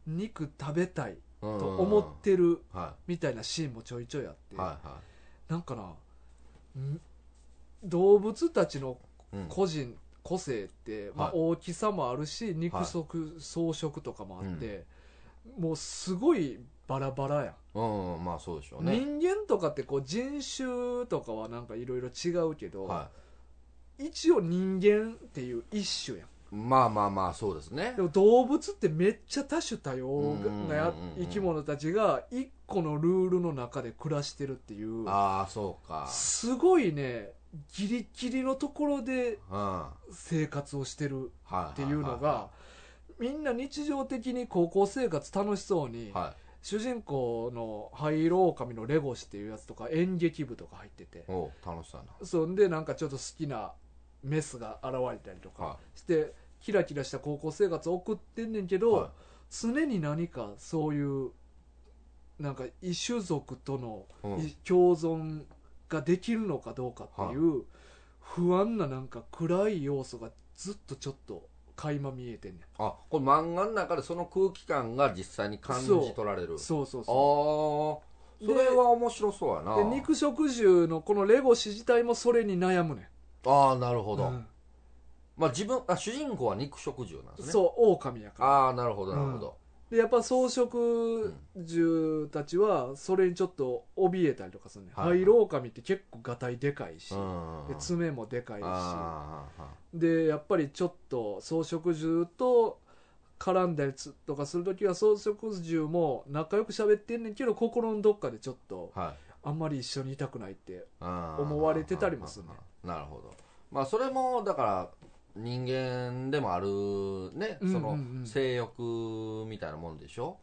肉食べたいと思ってるみたいなシーンもちょいちょいあって、なんかな、動物たちの個性って、大きさもあるし肉食、装飾とかもあって、もうすごいバラバラやん。 まあそうでしょうね。 人間とかってこう人種とかはなんかいろいろ違うけど、一応人間っていう一種やん。 まあそうですね。 でも動物ってめっちゃ多種多様な生き物たちが一個のルールの中で暮らしてるっていう。 そうか。 すごいね、ギリギリのところで生活をしてるっていうのが、みんな日常的に高校生活楽しそうに、主人公の灰色狼のレゴシっていうやつとか演劇部とか入ってて、 楽しそうな。 そんでなんかちょっと好きなメスが現れたりとかして、キラキラした高校生活を送ってんねんけど、常に何かそういうなんか異種族との共存ができるのかどうかっていう不安ななんか暗い要素がずっとちょっと垣間見えてんねん。 これ漫画の中でその空気感が実際に感じ取られる。 そうそれは面白そうやな。 で肉食獣のこのレゴシ自体もそれに悩むねん。なるほど。主人公は肉食獣なんですね。 そう、狼やから。なるほどなるほど。 でやっぱ草食獣たちはそれにちょっと怯えたりとかするね。灰色狼って結構ガタイでかいし、で爪もでかいし、でやっぱりちょっと草食獣と絡んだりとかするときは草食獣も仲良く喋ってんねんけど、心のどっかでちょっとあんまり一緒にいたくないって思われてたりもするね。 なるほど。まあそれもだから人間でもあるね、その性欲みたいなもんでしょ。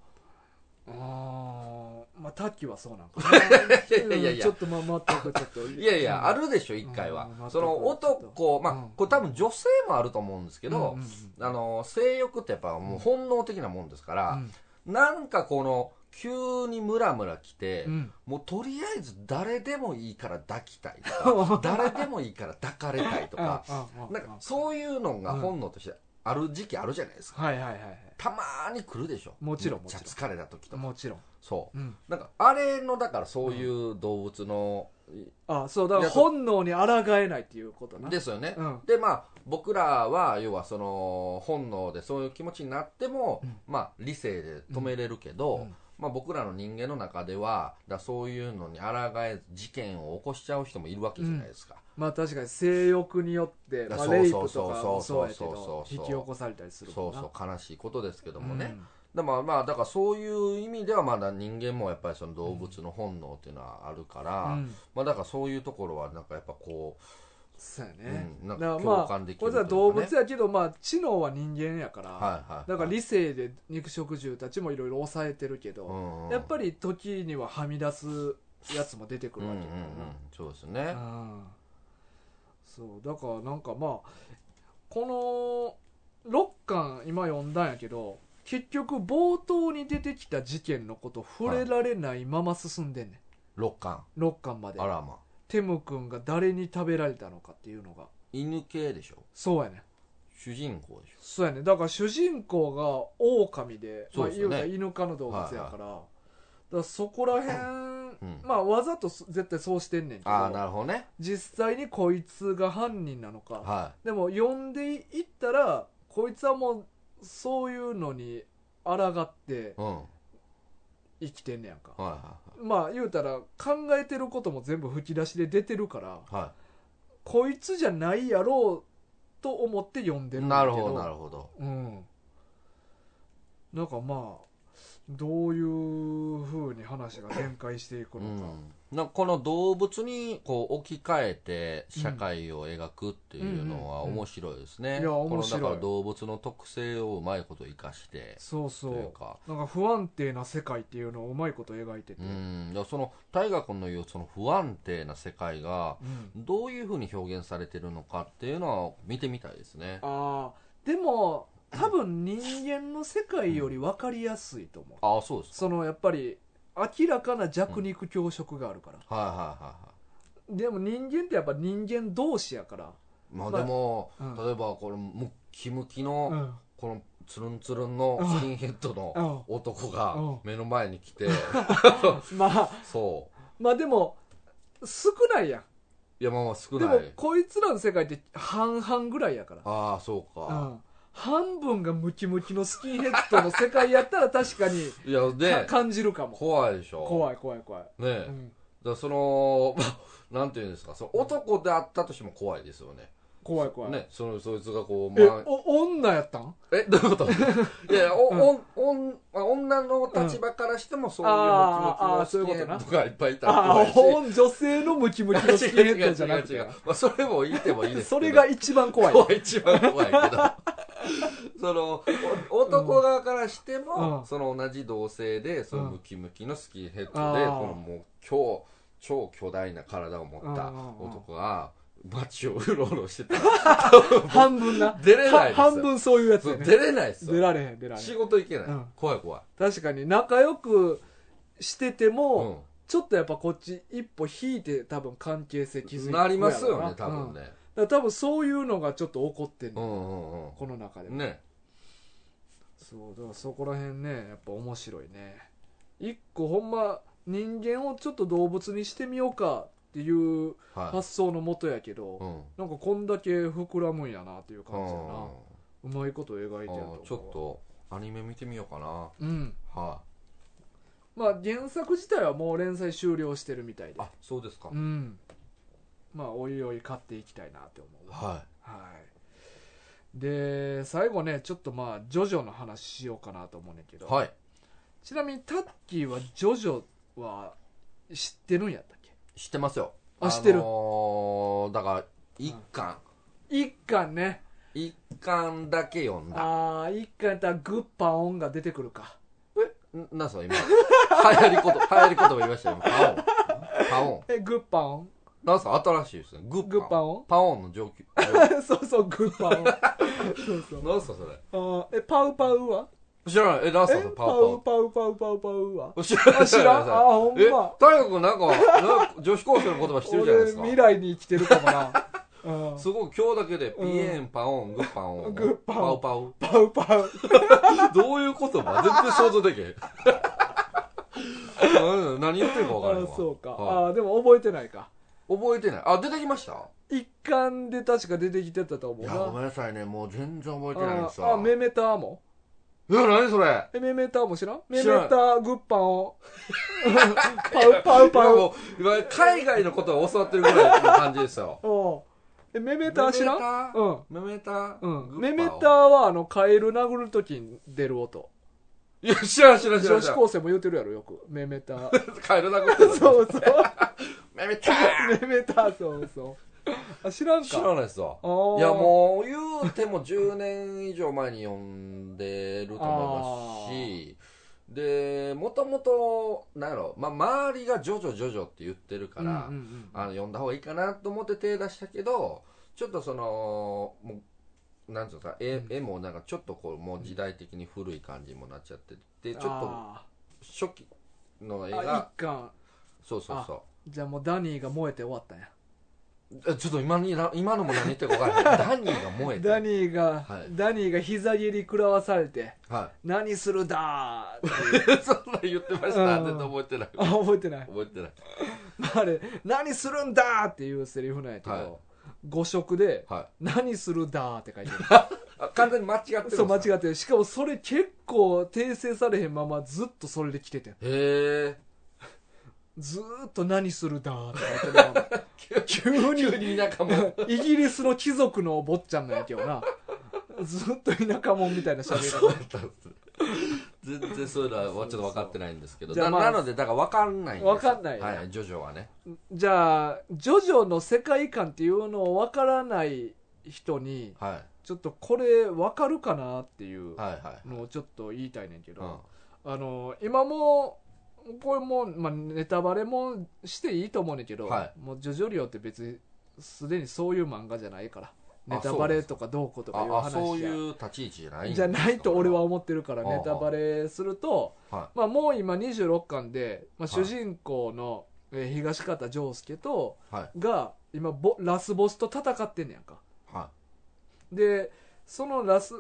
タッキーはそうなんかな。 いやちょっと全くちょっといやあるでしょ一回は。その男、これ多分女性もあると思うんですけど、性欲ってやっぱもう本能的なもんですから、なんかこの急にムラムラ来て、もうとりあえず誰でもいいから抱きたいとか誰でもいいから抱かれたいとかなんかそういうのが本能としてある時期あるじゃないですか。たまーに来るでしょ。 もちろんめっちゃ疲れた時とか。 もちろんそう、なんかあれのだからそういう動物の、 そうだから本能に抗えないっていうことなですよね。で僕らは要はその本能でそういう気持ちになっても、理性で止めれるけど、僕らの人間の中ではそういうのに抗えず事件を起こしちゃう人もいるわけじゃないですか。 確かに性欲によってレイプとかもそうやけど引き起こされたりするもんな。 悲しいことですけどもね。だからそういう意味ではまだ人間もやっぱりその動物の本能っていうのはあるから、だからそういうところはなんかやっぱこうそうやね。 なんか共感できるというかね。 これは動物やけど、知能は人間やから、だから理性で肉食獣たちもいろいろ抑えてるけど、やっぱり時にははみ出すやつも出てくるわけだからな。 そうですね。 そうだからなんかこの6巻今読んだんやけど、結局冒頭に出てきた事件のこと触れられないまま進んでんねん。6巻まで。 あらま。 テム君が誰に食べられたのかっていうのが犬系でしょ。 そうやね。 主人公でしょ。 そうやね。だから主人公が狼で、言うたら犬科の動物やから、だからそこら辺わざと絶対そうしてんねんけど、 なるほどね。 実際にこいつが犯人なのか、でも読んでいったらこいつはもうそういうのに抗って生きてんねやんか。言うたら考えてることも全部吹き出しで出てるから、こいつじゃないやろうと思って読んでるんだけど。 なるほど。 なんかどういう風に話が展開していくのか、 この動物にこう置き換えて社会を描くっていうのは面白いですね。いや面白い。このだから動物の特性をうまいこと生かして、 なんか不安定な世界っていうのをうまいこと描いてて、 その大河君の言うその不安定な世界がどういう風に表現されてるのかっていうのは見てみたいですね。 でも多分人間の世界より分かりやすいと思う。 そうですか。 そのやっぱり明らかな弱肉強食があるから、でも人間ってやっぱ人間同士やから、 でも、例えばこのムッキムキの、このつるんつるんのスキンヘッドの男が目の前に来てまあそうまあでも少ないやん。 いやまあ少ない。 でもこいつらの世界って半々ぐらいやから。 ああそうか、 半分がムキムキのスキンヘッドの世界やったら確かにいやで感じるかも。 怖いでしょ。 怖いねえ、だからそのなんていうんですか、その男であったとしても怖いですよね。 怖いね、そいつがこう、女やったん？ どういうこと？いや女の立場からしてもそういうムキムキのスキンヘッドがいっぱいいたら怖いし、 女性のムキムキのスキンヘッドじゃなくて、 まあそれもいてもいいですけど、 それが一番怖い。 一番怖いけどその男側からしても、その同じ同性でそのムキムキのスキンヘッドで、このもう超巨大な体を持った男が街をうろうろしてた半分な出れないです。 半分そういうやつ、ね、 出れないですよ。 出られへん仕事行けない、怖い確かに仲良くしてても、ちょっとやっぱこっち一歩引いて多分関係性築いてなりますよね多分ね、 だから多分そういうのがちょっと起こってんの、この中でもね。そうだからそこら辺ねやっぱ面白いね。一個ほんま人間をちょっと動物にしてみようかっていう発想のもとやけど、なんかこんだけ膨らむんやなっていう感じやな。うまいこと描いてると。 ちょっとアニメ見てみようかな。 まあ原作自体はもう連載終了してるみたいで。 あ、そうですか。 まあおいおい買っていきたいなって思う。で最後ねちょっとまあジョジョの話しようかなと思うねんけど、ちなみにタッキーはジョジョは知ってるんやったっけ？ 知ってますよ。 知ってる。 だから一巻ね。 一巻だけ読んだ。 一巻やったらグッパオンが出てくるか。 なんすか今流行り言葉言いましたよ。パオン。 グッパオンなんすか新しいですね。グッパオン。パオンの上級。 そうグッパオン。そうなんすかそれ。パウパウは知らない。なんすかパウは知らない。 ほんま。 大学なんか女子高生の言葉知ってるじゃないですか。 俺未来に生きてるかもな。 すごい今日だけでピエンパオングッパオングッパオンパウパウどういう言葉全然想像できへん。何言ってるか分からんわ。 そうか。でも覚えてないか。 覚えてない。出てきました？ 一巻で確か出てきてたと思うな。 いやごめんなさいね、もう全然覚えてないんですよ。 メメターも？ 何それ？ メメターも知らん？メメターグッパオンパウ海外のことを教わってるぐらいの感じですよ。 メメター知らん？ メメターメメターはカエル殴るときに出る音。 いや知らん。 女子高生も言うてるやろよく。メメター。 カエル殴ってる。 そうメメター。 メメターそう。知らんか？ 知らないっすわ。いやもう言うても10年以上前に読んでると思いますし、でもともとなんやろ、周りがジョジョって言ってるから、読んだ方がいいかなと思って手出したけど、ちょっとそのもうなんていうか、絵もなんかちょっとこうもう時代的に古い感じもなっちゃってて、ちょっと初期の絵が一巻。 そうじゃあもうダニーが燃えて終わったんや。 ちょっと今のも何言ってるか分からない。ダニーが燃えて、 ダニーが膝蹴り食らわされて、何するだーってそんな言ってました。全然覚えてない。 覚えてない。あれ何するんだーっていうセリフなんやけど、5色で何するだーって書いてる。 完全に間違ってる。 そう間違ってる。しかもそれ結構訂正されへんままずっとそれで来ててん。ずーっと何するだーって書いてる。急に田舎もイギリスの貴族の坊ちゃんなんやけどな。ずっと田舎もんみたいな喋り方。 全然そういうのはちょっと分かってないんですけど、なのでだから分かんないんですよ。 分かんない。 ジョジョはね。 じゃあジョジョの世界観っていうのを分からない人に、ちょっとこれ分かるかなっていうのをちょっと言いたいねんけど、今もこれも、ネタバレもしていいと思うねんけど、もうジョジョリオって別にすでにそういう漫画じゃないから、ネタバレとかどうこうとかいう話そういう立ち位置じゃないと俺は思ってるから、ネタバレすると、もう今26巻で、主人公の東方丈介とが今ラスボスと戦ってんねやんか。でその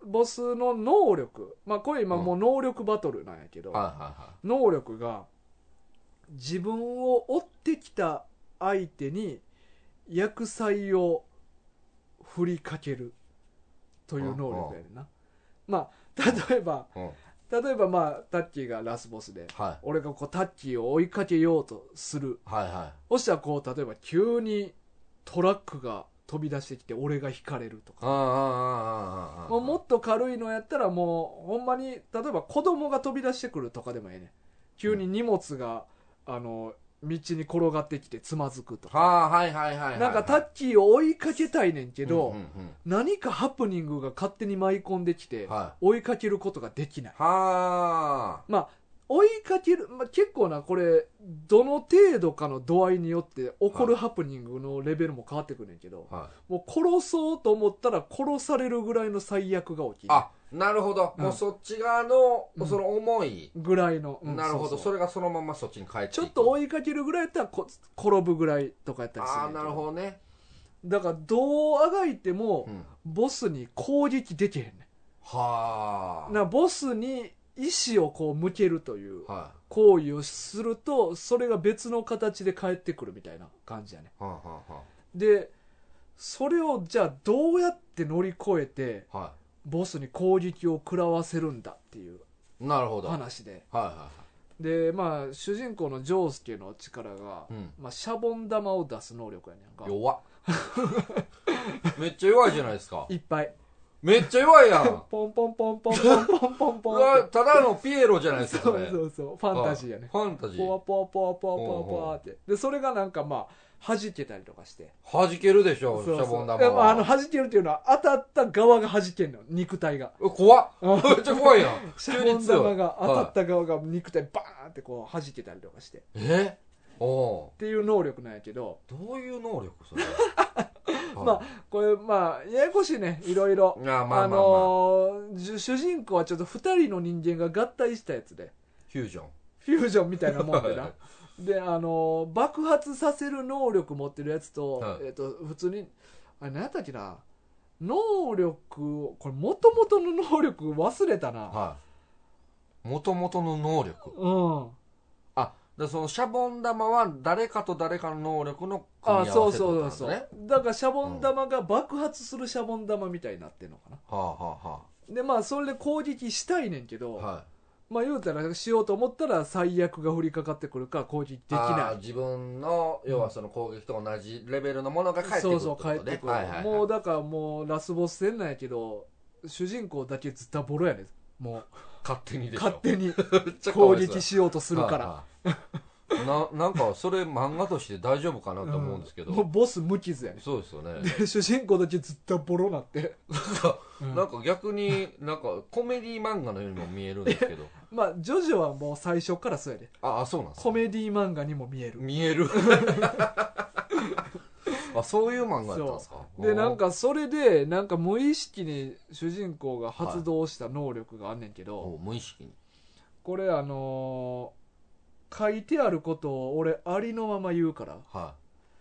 ボスの能力、まあこれ今もう能力バトルなんやけど、能力が自分を追ってきた相手に薬剤を振りかけるという能力やねんな。まあ例えばまあタッキーがラスボスで、俺がこうタッキーを追いかけようとする、そしたらこう例えば急にトラックが飛び出してきて俺が引かれるとか、もっと軽いのやったらもうほんまに例えば子供が飛び出してくるとかでもええね。急に荷物が道に転がってきてつまずくとか、なんかタッキーを追いかけたいねんけど、何かハプニングが勝手に舞い込んできて、追いかけることができない。まあ追いかける、結構なこれどの程度かの度合いによって起こるハプニングのレベルも変わってくるんやけど、もう殺そうと思ったら殺されるぐらいの最悪が起きる。 なるほど、もうそっち側のその重いぐらいの、 なるほど、それがそのままそっちに帰っていく。 ちょっと追いかけるぐらいやったら転ぶぐらいとかやったりする。 なるほどね。 だからどうあがいても、ボスに攻撃できへんねん。ボスに意志をこう向けるという行為をすると、それが別の形で返ってくるみたいな感じやね。でそれをじゃあどうやって乗り越えて、ボスに攻撃を食らわせるんだっていう話で、でまあ主人公のジョースケの力が、まあ、シャボン玉を出す能力やねんか。 弱っめっちゃ弱いじゃないですか。 いっぱいめっちゃ弱いやんポンポンポンポンポンポンポンポンただのピエロじゃないですか。 そうファンタジーやね。 ファンタジーポワポワポワポワポワポワって。でそれがなんかまあ弾けたりとかして。 弾けるでしょ、シャボン玉は。 弾けるっていうのは当たった側が弾けんの、肉体が。 怖っめっちゃ怖いやん。 シャボン玉が当たった側が肉体バーンってこう弾けたりとかして。っていう能力なんやけど。 どういう能力それまあこれまあややこしいね、いろいろ。主人公はちょっと2人の人間が合体したやつで、 フュージョンみたいなもんでなで爆発させる能力持ってるやつと、普通に何やったっけな、能力これ元々の能力忘れたな。 元々の能力、でそのシャボン玉は誰かと誰かの能力の組み合わせってことなんですね。 だからシャボン玉が爆発するシャボン玉みたいになってんのかな。でまあそれで攻撃したいねんけど、まあ言うたらしようと思ったら最悪が降りかかってくるから攻撃できない。 自分の要はその攻撃と同じレベルのものが返ってくるってことね。 返ってくる。もうだからもうラスボス戦なんやけど、主人公だけズタボロやねん。もう勝手に攻撃しようとするからなんかそれ漫画として大丈夫かなと思うんですけど、 もうボス無傷やね。 そうですよね。 で主人公だけずっとボロなってなんか逆になんかコメディ漫画のようにも見えるんですけどまあジョジョはもう最初からそうやで。 そうなんですか。 コメディ漫画にも見えるそういう漫画やったんですか。 でなんかそれでなんか無意識に主人公が発動した能力があんねんけど、 無意識にこれ書いてあることを俺ありのまま言うから、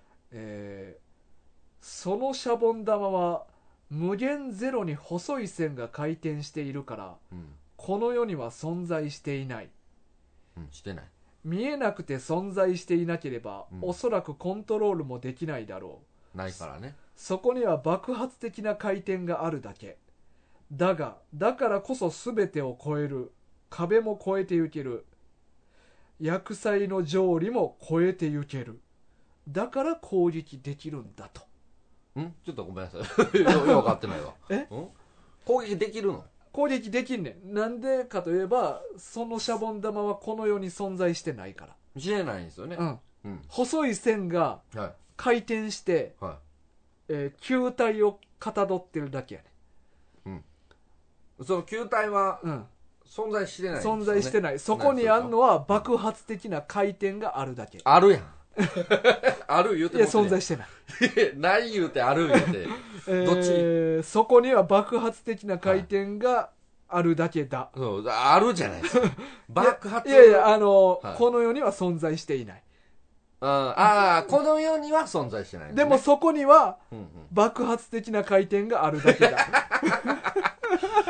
そのシャボン玉は無限ゼロに細い線が回転しているから、この世には存在していない、 してない。 見えなくて存在していなければ、おそらくコントロールもできないだろう。ないからね。 そこには爆発的な回転があるだけだが、だからこそ全てを超える、壁も越えてゆける、薬剤の条理も超えてゆける、だから攻撃できるんだと。 ちょっとごめんなさいよく分かってないわ。攻撃できるの？ 攻撃できんねん。なんでかといえばそのシャボン玉はこの世に存在してないから。 知れないんですよね。 細い線が回転して、球体をかたどってるだけやね。 その球体は、存在してないんですよね。 存在してない。そこにあるのは爆発的な回転があるだけ。 あるやんある言うても、 いや存在してないない言うてある言うて、どっち？ そこには爆発的な回転があるだけだ。 そうあるじゃないですか爆発。 いやこの世には存在していない。 この世には存在してない、 でもそこには爆発的な回転があるだけだ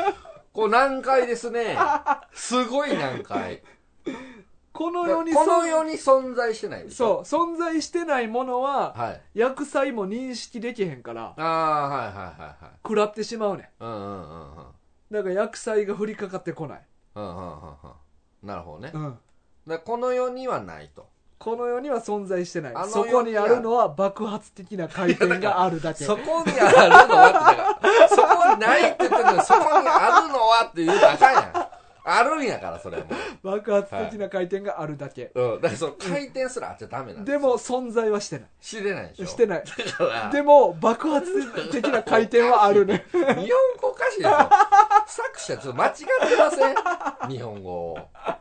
これ難解ですね。すごい難解。 この世に存在してないでしょ。 そう、存在してないものは、はい、薬剤も認識できへんから、食らってしまうねん。だから薬剤が降りかかってこない。 なるほどね。だこの世にはないと。 この世には存在してない。そこにあるのは爆発的な回転があるだけ。 そこにあるのはって、そこにないって言ってるけど、そこにあるのはって言うとあかんやん。あるんやから、それも。 爆発的な回転があるだけ。 だからその回転すらあっちゃダメなんですよ。でも存在はしてない。 してないでしょ。 してない。でも爆発的な回転はあるね。 日本語おかしいですよ。作者ちょっと間違ってません？日本語を。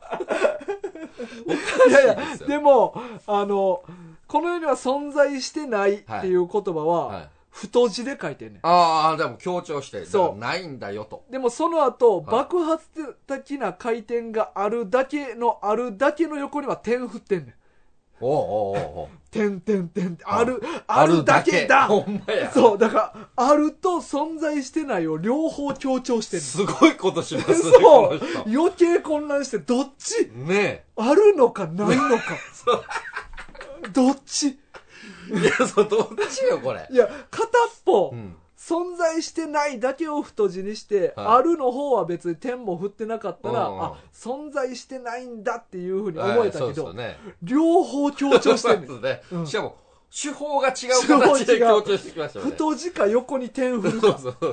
いやいや、でも、この世には存在してないっていう言葉は、太字で書いてんねん。 ああ、でも強調して、そう。ないんだよと。 でもその後、爆発的な回転があるだけの横には点振ってんねん。点、あるだけだ。 ほんまや。 そう、だから、あると存在してないを両方強調してんねん。 すごいことしますね。 そう。余計混乱して、どっちねえ。 あるのかないのか。どっちいや、どっちよ、これ。 いや、片っぽ、存在してないだけを太字にして、あるの方は別に点も振ってなかったら、存在してないんだっていうふうに思えたけど、両方強調してるんですね。しかも、手法が違う形で強調してきましたよね。 太字か横に点振るか。 そう。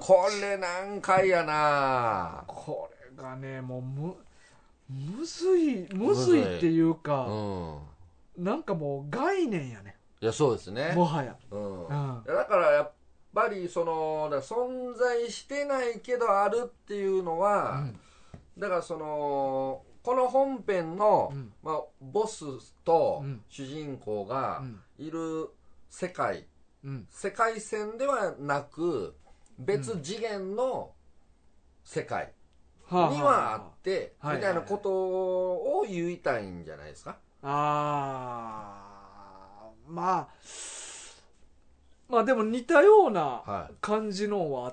これ難解やな。 これがね、もうむずいっていうか、なんかもう概念やね。 いや、そうですね。 もはや。 だからやっぱり存在してないけどあるっていうのは、だからこの本編の、ボスと主人公がいる世界線ではなく別次元の世界にはあってみたいなことを言いたいんじゃないですか。 まあでも似たような感じのはあって、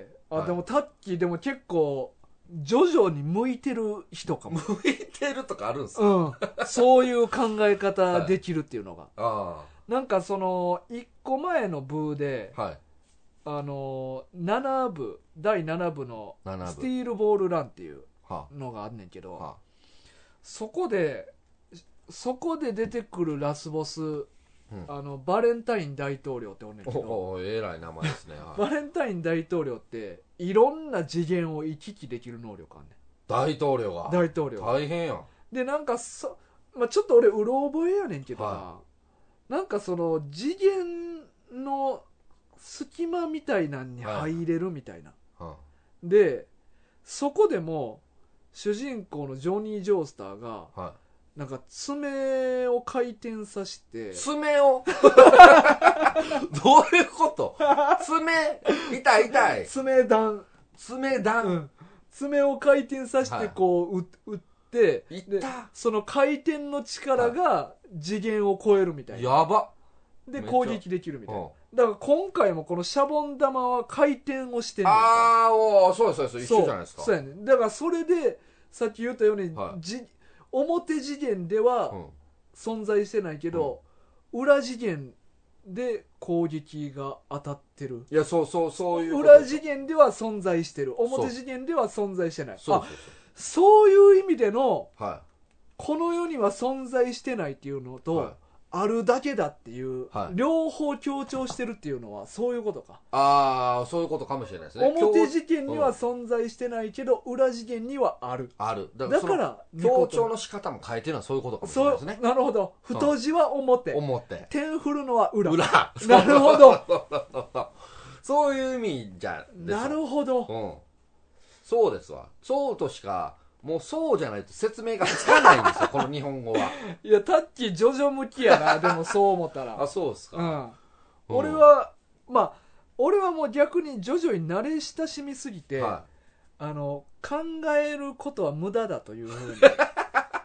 でもタッキーでも結構ジョジョに向いてる人かも。 向いてるとかあるんですか？ そういう考え方できるっていうのが、なんか1個前の部で、7部第7部のスティールボールランっていうのがあんねんけど、そこで出てくるラスボス、バレンタイン大統領っておんねんけど、 えらい名前ですね。 バレンタイン大統領っていろんな次元を行き来できる能力あんねん。 大統領大変やん。 でなんかちょっと俺うろ覚えやねんけどなんか次元の隙間みたいなんに入れるみたいな、でそこでも主人公のジョニー・ジョースターが、なんか爪を回転させて。 爪をどういうこと？爪痛い。 爪弾、爪を回転させてこう、打ってでその回転の力が次元を超えるみたいな。 やば。 で攻撃できるみたいな。だから今回もこのシャボン玉は回転をしてんねん。 そう一緒じゃないですか。 そうやねん。だからそれでさっき言ったように、表次元では存在してないけど、裏次元で攻撃が当たってる。 いや、そういう裏次元では存在してる、表次元では存在してない。そういう意味での、この世には存在してないっていうのと、あるだけだっていう、両方強調してるっていうのはそういうことか。 そういうことかもしれないですね。 表次元には存在してないけど、裏次元にはある。だから強調の仕方も変えてるのはそういうことかもしれないですね。 なるほど。太字は表、点振るのは裏。 なるほど。 そういう意味じゃなるほど。 そうですわ。そうとしかもうそうじゃないと説明がつかないんですよこの日本語は。 いやタッキージョジョ向きやな。でもそう思ったらそうですか。 俺はもう逆にジョジョに慣れ親しみすぎて、考えることは無駄だというふうに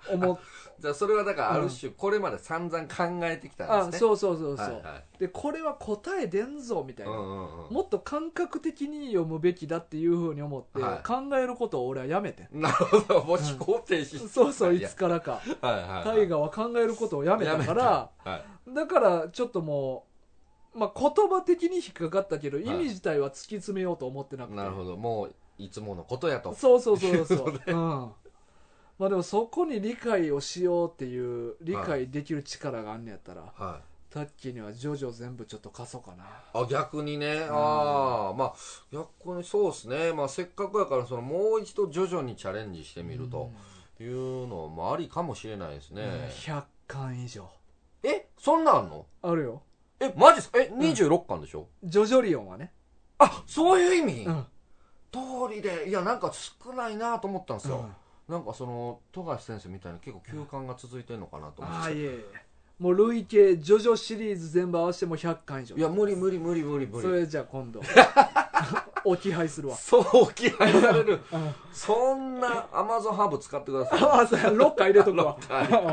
じゃあそれはだからある種これまで散々考えてきたんですね。 そうそうそうそう、はいはい、でこれは答え出んぞみたいな、もっと感覚的に読むべきだっていうふうに思って、はい、考えることを俺はやめて。 なるほど、もう思考停止、 そうそう、いつからか大河は考えることをやめたから、はい、だからちょっともう、まあ、言葉的に引っかかったけど、意味自体は突き詰めようと思ってなくて、 なるほど、もういつものことやと。 そうそうそうそう、うん、まあでもそこに理解をしようっていう理解できる力があんねやったら、はい、タッキーにはジョジョ全部ちょっと貸そうかな。 あ、逆にね、ああ、まあ逆にそうですね、まあせっかくやからもう一度ジョジョにチャレンジしてみるというのもありかもしれないですね。 100巻以上。 そんなんあんの？ あるよ。 マジっすか？26巻でしょ？ ジョジョリオンはね。 あ、そういう意味？うん。通りで、いやなんか少ないなと思ったんですよ。なんか富樫先生みたいに結構休館が続いてるのかなと思って。 いえもう累計ジョジョシリーズ全部合わせても100巻以上。 いや無理。 それじゃあ今度置き配するわ。 そう、置き配されるそんなアマゾンハーブ使ってください。 あ、そうや、ロッカー入れとくわ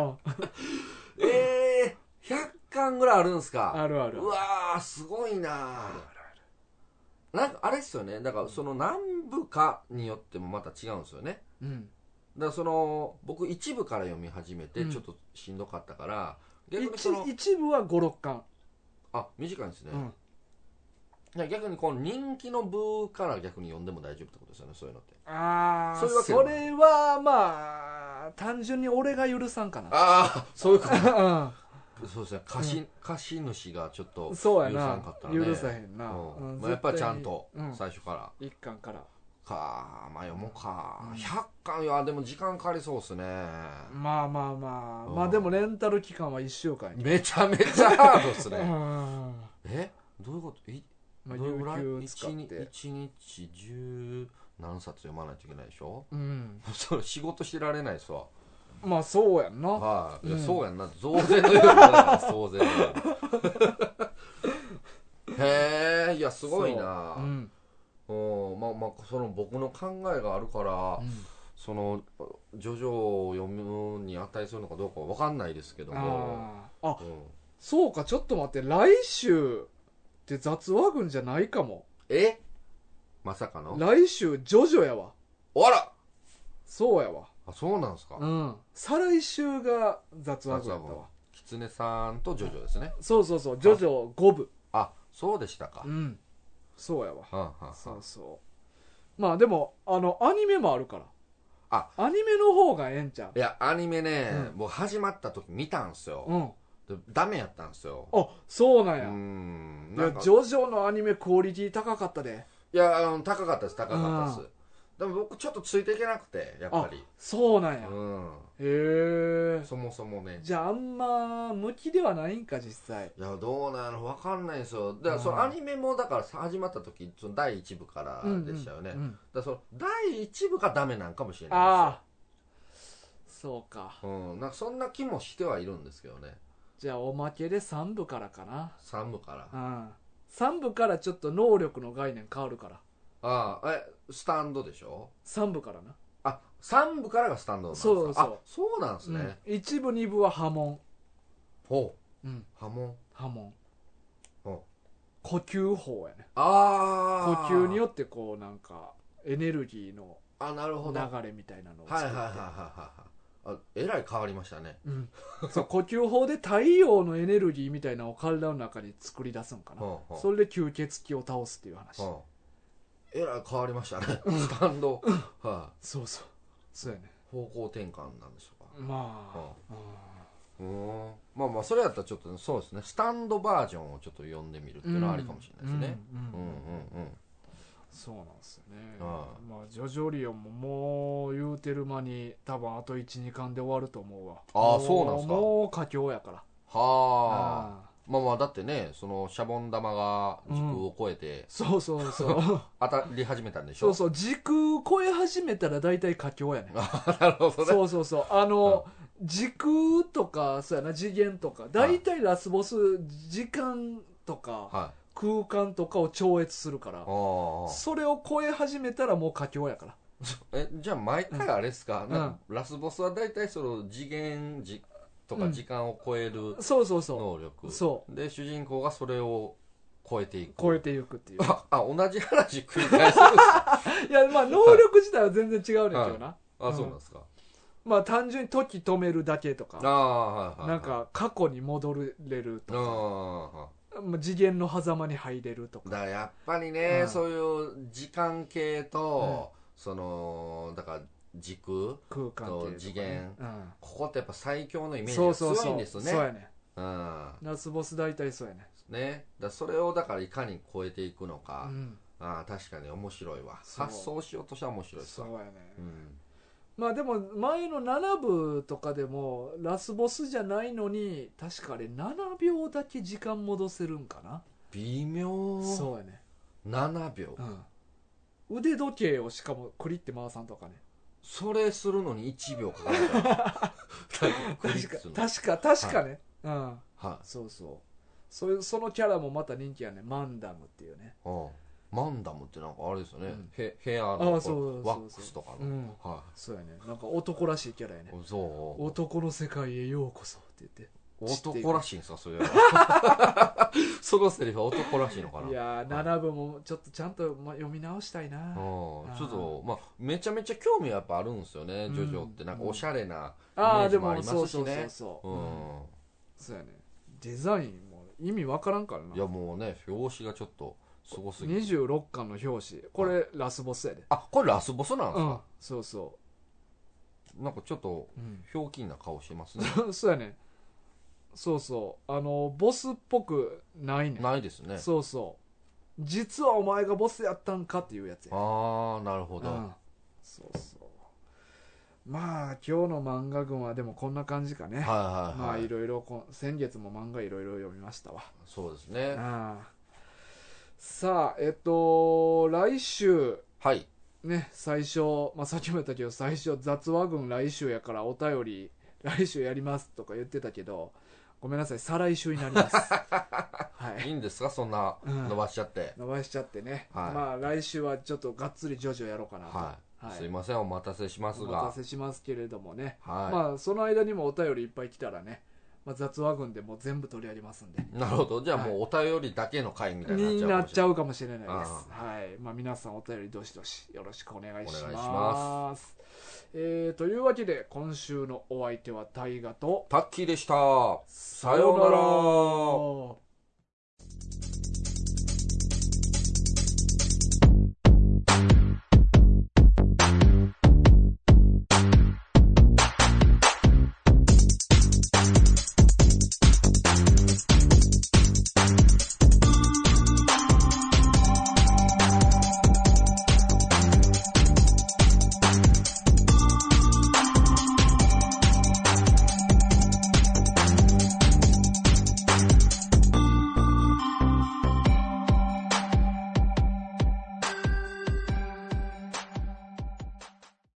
100巻ぐらいあるんすか？ あるある。 うわー、すごいな。なんかあれっすよね、だから何部かによってもまた違うんですよね。うん。だから僕一部から読み始めてちょっとしんどかったから、 逆に一部は56巻。 あ、短いんですね。うん、逆に人気の部から逆に読んでも大丈夫ってことですよね、そういうのって。 ああ、それはまあ単純に俺が許さんかな。 ああ、そういうことそうですね、貸主がちょっと許さんかったらね。 許さへんな、 まあ、やっぱりちゃんと最初から 1巻からか、まあ読もうか、100巻はでも時間かかりそうですね。 まあまあでもレンタル期間は1週間。 めちゃめちゃハードですねどういうこと？ まあ、有給使って 1日10何冊読まないといけないでしょ。それ仕事してられないですわ。 まあそうやんな。 はい、そうやんな、増税のようになる増税のようにへえ、いやすごいな。まあ僕の考えがあるから、ジョジョを読むに値するのかどうかは分かんないですけども。 そうか、ちょっと待って、来週って雑話群じゃないかも。 まさかの来週ジョジョやわ。 あら、 そうやわ。 あ、そうなんですか。 再来週が雑話群だったわ。 キツネさんとジョジョですね。 そうジョジョ5部。 あ、そうでしたか。 そうやわ。そうまあでもアニメもあるから、アニメの方がええんちゃう？ いや、アニメね、もう始まった時見たんすよ。ダメやったんですよ。 あ、そうなんや。いや、ジョジョのアニメクオリティ高かったで。 いや、高かったです。でも僕ちょっとついていけなくて、やっぱり。 そうなんや。へえ。 そもそもね。 じゃああんま向きではないんか、実際。 いや、どうなの分かんないんですよ。だからアニメもだから始まった時第1部からでしたよね。だから第1部がダメなんかもしれないですよ。 そうか。 なんかそんな気もしてはいるんですけどね。 じゃあおまけで3部からかな。 3部から。 3部からちょっと能力の概念変わるから。 スタンドでしょ。 3部からな。 3部からがスタンドなんですか。そうなんですね。 1部2部は波紋。 ほう。波紋。 呼吸法やね。呼吸によってなんかエネルギーの流れみたいなのを作って。 えらい変わりましたね。 そう呼吸法で太陽のエネルギーみたいなのを体の中に作り出すんかな。それで吸血鬼を倒すっていう話。 えらい変わりましたね。スタンド。 そうやね。 方向転換なんでしょうか。 まあそれやったらちょっとそうですね、スタンドバージョンをちょっと読んでみるっていうのはありかもしれないですね。 そうなんですよね。まあジョジョリオンももう言うてる間に多分あと 1,2 巻で終わると思うわ。 そうなんですか。 もう佳境やから。 まあだってね、シャボン玉が時空を超えて、 そう当たり始めたんでしょ。 時空超え始めたら大体佳境やね。 なるほどね。 時空とかそうやな、次元とか大体ラスボス時間とか空間とかを超越するから、それを超え始めたらもう佳境やから。 じゃあ毎回あれですか、ラスボスは大体その次元とか時間を超える能力、で主人公がそれを超えていくっていう同じ話繰り返すんですかいやまあ能力自体は全然違うねんけどな、 そうなんですか。 まあ単純に時止めるだけとか、なんか過去に戻れるとか、次元の狭間に入れるとか。 だからやっぱりね、そういう時間系と、そのだから時空と次元、ここってやっぱ最強のイメージが強いんですよね。 そうやね。ラスボス大体そうやね。 それをだからいかに超えていくのか、確かに面白いわ。発想しようとしては面白いですわ。 そうやね。まあでも前の7部とかでもラスボスじゃないのに確かあれ7秒だけ時間戻せるんかな。 微妙。 そうやね。 7秒、 腕時計をしかもクリって回さんとかね。 それするのに1秒かかる確かね。そうそう。そのキャラもまた人気やね。マンダムっていうね。 マンダムってなんかあれですよね、ヘアのワックスとかの、 そうやね。なんか男らしいキャラやね。男の世界へようこそって言って。 男らしいんですか、それはそのセリフは男らしいのかな。 いや7部もちょっとちゃんと読み直したいな。 ちょっとめちゃめちゃ興味はやっぱあるんですよね、ジョジョって。なんかおしゃれなイメージもありますしね。 そうやね。デザインも意味わからんからな。 いやもうね、表紙がちょっとすごすぎる。 26巻の表紙、これラスボスやで。 これラスボスなんですか。 そうそう。 なんかちょっとひょうきんな顔してますね。 そうやね。そうそう、ボスっぽくないね。 ないですね。 そうそう、実はお前がボスやったんかっていうやつや。 なるほど。 そうそう。まあ今日の漫画群はでもこんな感じかね。まあいろいろ先月も漫画いろいろ読みましたわ。 そうですね。 さあ来週ね、最初さっきも言ったけど、最初雑話群来週やからお便り来週やりますとか言ってたけど、ごめんなさい、再来週になります。 いいんですか、そんな伸ばしちゃって。 伸ばしちゃってね。まあ来週はちょっとがっつりジョジョやろうかなと。 すいません、お待たせしますが。 お待たせしますけれどもね。まあその間にもお便りいっぱい来たらね、雑話群でもう全部取り上げますんで。 なるほど。じゃあもうお便りだけの回みたいになっちゃうかもしれないです。はい。皆さんお便りどしどしよろしくお願いします。というわけで今週のお相手は大河とタッキーでした。 さようなら。